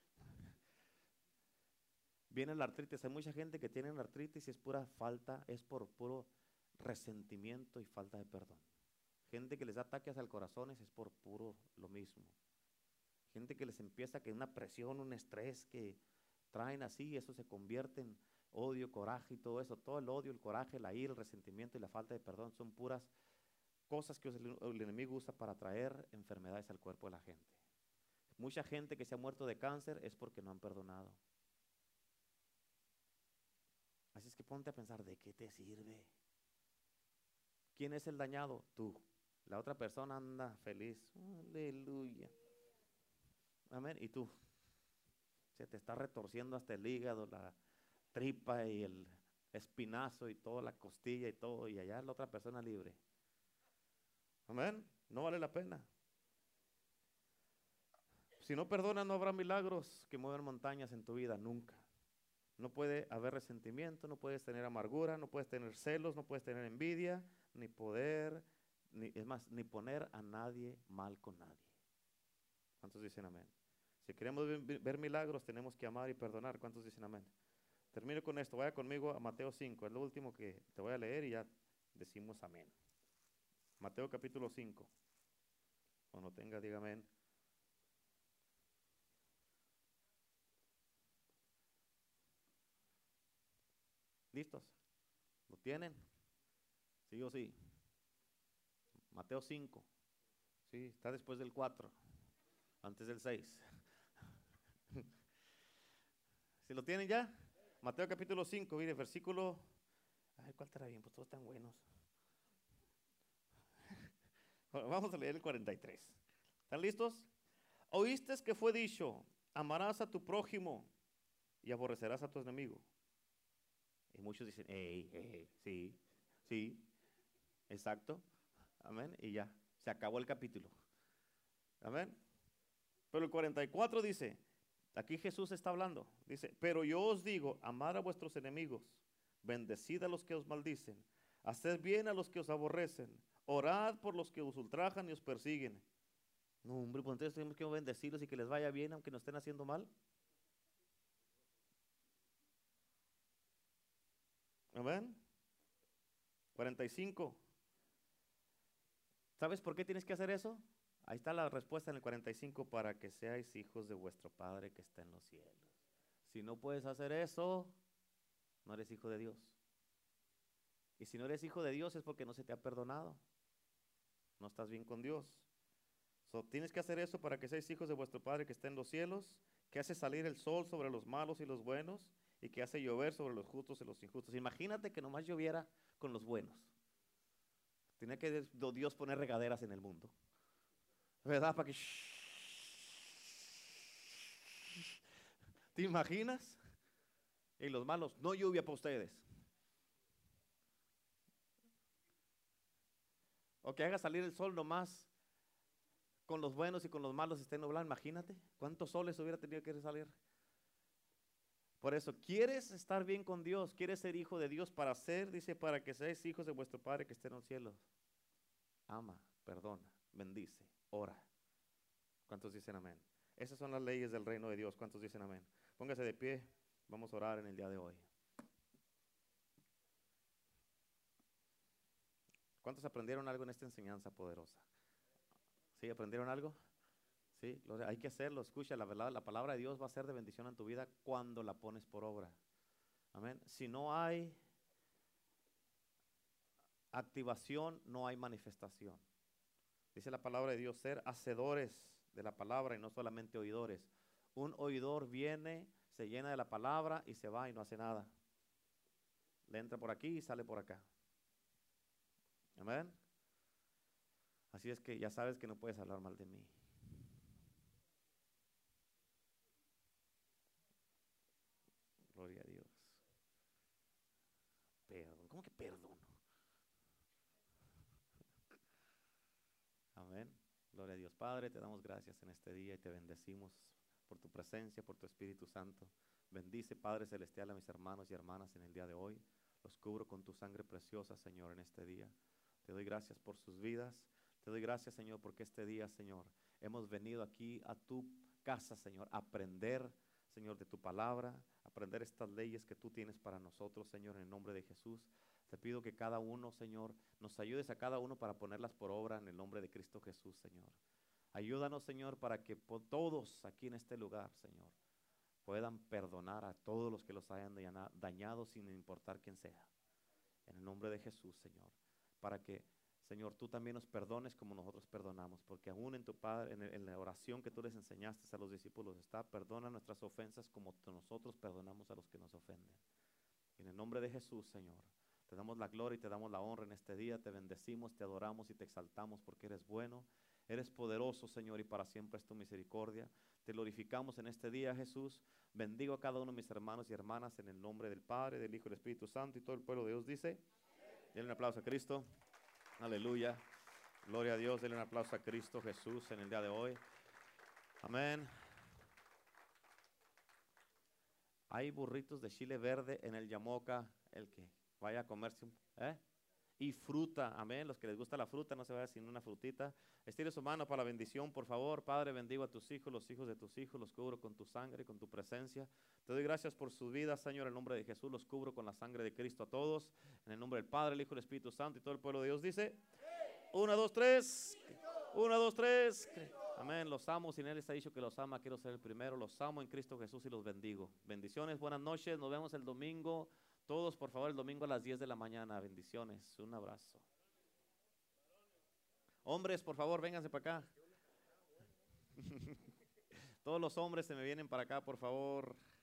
Viene la artritis. Hay mucha gente que tiene artritis y es pura falta, es por puro resentimiento y falta de perdón. Gente que les da ataques al corazón es por puro lo mismo. Gente que les empieza que una presión, un estrés que traen así, eso se convierte en odio, coraje y todo eso. Todo el odio, el coraje, la ira, el resentimiento y la falta de perdón son puras cosas que el, el enemigo usa para traer enfermedades al cuerpo de la gente. Mucha gente que se ha muerto de cáncer es porque no han perdonado. Así es que ponte a pensar, ¿de qué te sirve? ¿Quién es el dañado? Tú. La otra persona anda feliz. Aleluya. Amén. Y tú. Se te está retorciendo hasta el hígado, la tripa y el espinazo y toda la costilla y todo. Y allá la otra persona libre. Amén. No vale la pena. Si no perdonas, no habrá milagros que muevan montañas en tu vida. Nunca. No puede haber resentimiento, no puedes tener amargura, no puedes tener celos, no puedes tener envidia, ni poder, ni, es más, ni poner a nadie mal con nadie. ¿Cuántos dicen amén? Si queremos ver, ver milagros, tenemos que amar y perdonar. ¿Cuántos dicen amén? Termino con esto, vaya conmigo a Mateo cinco, es lo último que te voy a leer y ya decimos amén. Mateo capítulo cinco. Cuando tenga, diga amén. ¿Listos? ¿Lo tienen? ¿Sí o sí? Mateo cinco. Sí, está después del cuatro, antes del seis. ¿Si lo tienen ya? Mateo capítulo cinco, mire, versículo. Ay, ¿cuál estará bien? Pues todos están buenos. Vamos a leer el cuarenta y tres. ¿Están listos? Oíste que fue dicho: amarás a tu prójimo y aborrecerás a tu enemigo. Y muchos dicen, hey, hey, hey, sí, sí, exacto, amén, y ya, se acabó el capítulo, amén. Pero el cuarenta y cuatro dice, aquí Jesús está hablando, dice, pero yo os digo, amad a vuestros enemigos, bendecid a los que os maldicen, haced bien a los que os aborrecen, orad por los que os ultrajan y os persiguen. No, hombre, pues entonces tenemos que bendecirlos y que les vaya bien aunque nos estén haciendo mal. Amén. cuarenta y cinco. ¿Sabes por qué tienes que hacer eso? Ahí está la respuesta en el cuarenta y cinco, para que seáis hijos de vuestro Padre que está en los cielos. Si no puedes hacer eso, no eres hijo de Dios. Y si no eres hijo de Dios es porque no se te ha perdonado. No estás bien con Dios. So, tienes que hacer eso para que seáis hijos de vuestro Padre que está en los cielos, que hace salir el sol sobre los malos y los buenos, y que hace llover sobre los justos y los injustos. Imagínate que nomás lloviera con los buenos. Tiene que Dios poner regaderas en el mundo, ¿verdad? Para que... ¿Te imaginas? Y los malos, no lluvia para ustedes. O que haga salir el sol nomás con los buenos y con los malos esté nublado. Imagínate cuántos soles hubiera tenido que salir. Por eso, ¿quieres estar bien con Dios? ¿Quieres ser hijo de Dios? Para ser, dice, para que seáis hijos de vuestro Padre que esté en los cielos. Ama, perdona, bendice, ora. ¿Cuántos dicen amén? Esas son las leyes del reino de Dios. ¿Cuántos dicen amén? Póngase de pie, vamos a orar en el día de hoy. ¿Cuántos aprendieron algo en esta enseñanza poderosa? ¿Sí? ¿Aprendieron algo? Sí, hay que hacerlo. Escucha, la verdad, la palabra de Dios va a ser de bendición en tu vida cuando la pones por obra. Amén. Si no hay activación, no hay manifestación. Dice la palabra de Dios, ser hacedores de la palabra y no solamente oidores. Un oidor viene, se llena de la palabra y se va y no hace nada. Le entra por aquí y sale por acá. Amén. Así es que ya sabes que no puedes hablar mal de mí. Gloria a Dios. Perdón. ¿Cómo que perdón? Amén. Gloria a Dios. Padre, te damos gracias en este día y te bendecimos por tu presencia, por tu Espíritu Santo. Bendice, Padre Celestial, a mis hermanos y hermanas en el día de hoy. Los cubro con tu sangre preciosa, Señor, en este día. Te doy gracias por sus vidas. Te doy gracias, Señor, porque este día, Señor, hemos venido aquí a tu casa, Señor, a aprender, Señor, de tu palabra, aprender estas leyes que tú tienes para nosotros, Señor, en el nombre de Jesús. Te pido que cada uno, Señor, nos ayudes a cada uno para ponerlas por obra en el nombre de Cristo Jesús, Señor. Ayúdanos, Señor, para que todos aquí en este lugar, Señor, puedan perdonar a todos los que los hayan dañado sin importar quién sea. En el nombre de Jesús, Señor, para que, Señor, tú también nos perdones como nosotros perdonamos, porque aún en tu Padre, en, el, en la oración que tú les enseñaste a los discípulos está, perdona nuestras ofensas como nosotros perdonamos a los que nos ofenden. En el nombre de Jesús, Señor, te damos la gloria y te damos la honra en este día, te bendecimos, te adoramos y te exaltamos porque eres bueno, eres poderoso, Señor, y para siempre es tu misericordia. Te glorificamos en este día, Jesús. Bendigo a cada uno de mis hermanos y hermanas en el nombre del Padre, del Hijo y del Espíritu Santo, y todo el pueblo de Dios dice, denle un aplauso a Cristo. Aleluya. Gloria a Dios. Denle un aplauso a Cristo Jesús en el día de hoy. Amén. Hay burritos de chile verde en el Yamoca, el que vaya a comerse un, ¿eh? Y fruta, amén, los que les gusta la fruta, no se vaya sin una frutita. Estire su mano para la bendición, por favor. Padre, bendigo a tus hijos, los hijos de tus hijos, los cubro con tu sangre, con tu presencia. Te doy gracias por su vida, Señor, en el nombre de Jesús, los cubro con la sangre de Cristo a todos. En el nombre del Padre, el Hijo y el Espíritu Santo, y todo el pueblo de Dios dice, una, dos, tres, una, dos, tres. Amén, los amo, si Él les ha dicho que los ama, quiero ser el primero. Los amo en Cristo Jesús y los bendigo. Bendiciones, buenas noches, nos vemos el domingo. Todos, por favor, el domingo a las diez de la mañana. Bendiciones, un abrazo. Hombres, por favor, vénganse para acá. Todos los hombres se me vienen para acá, por favor.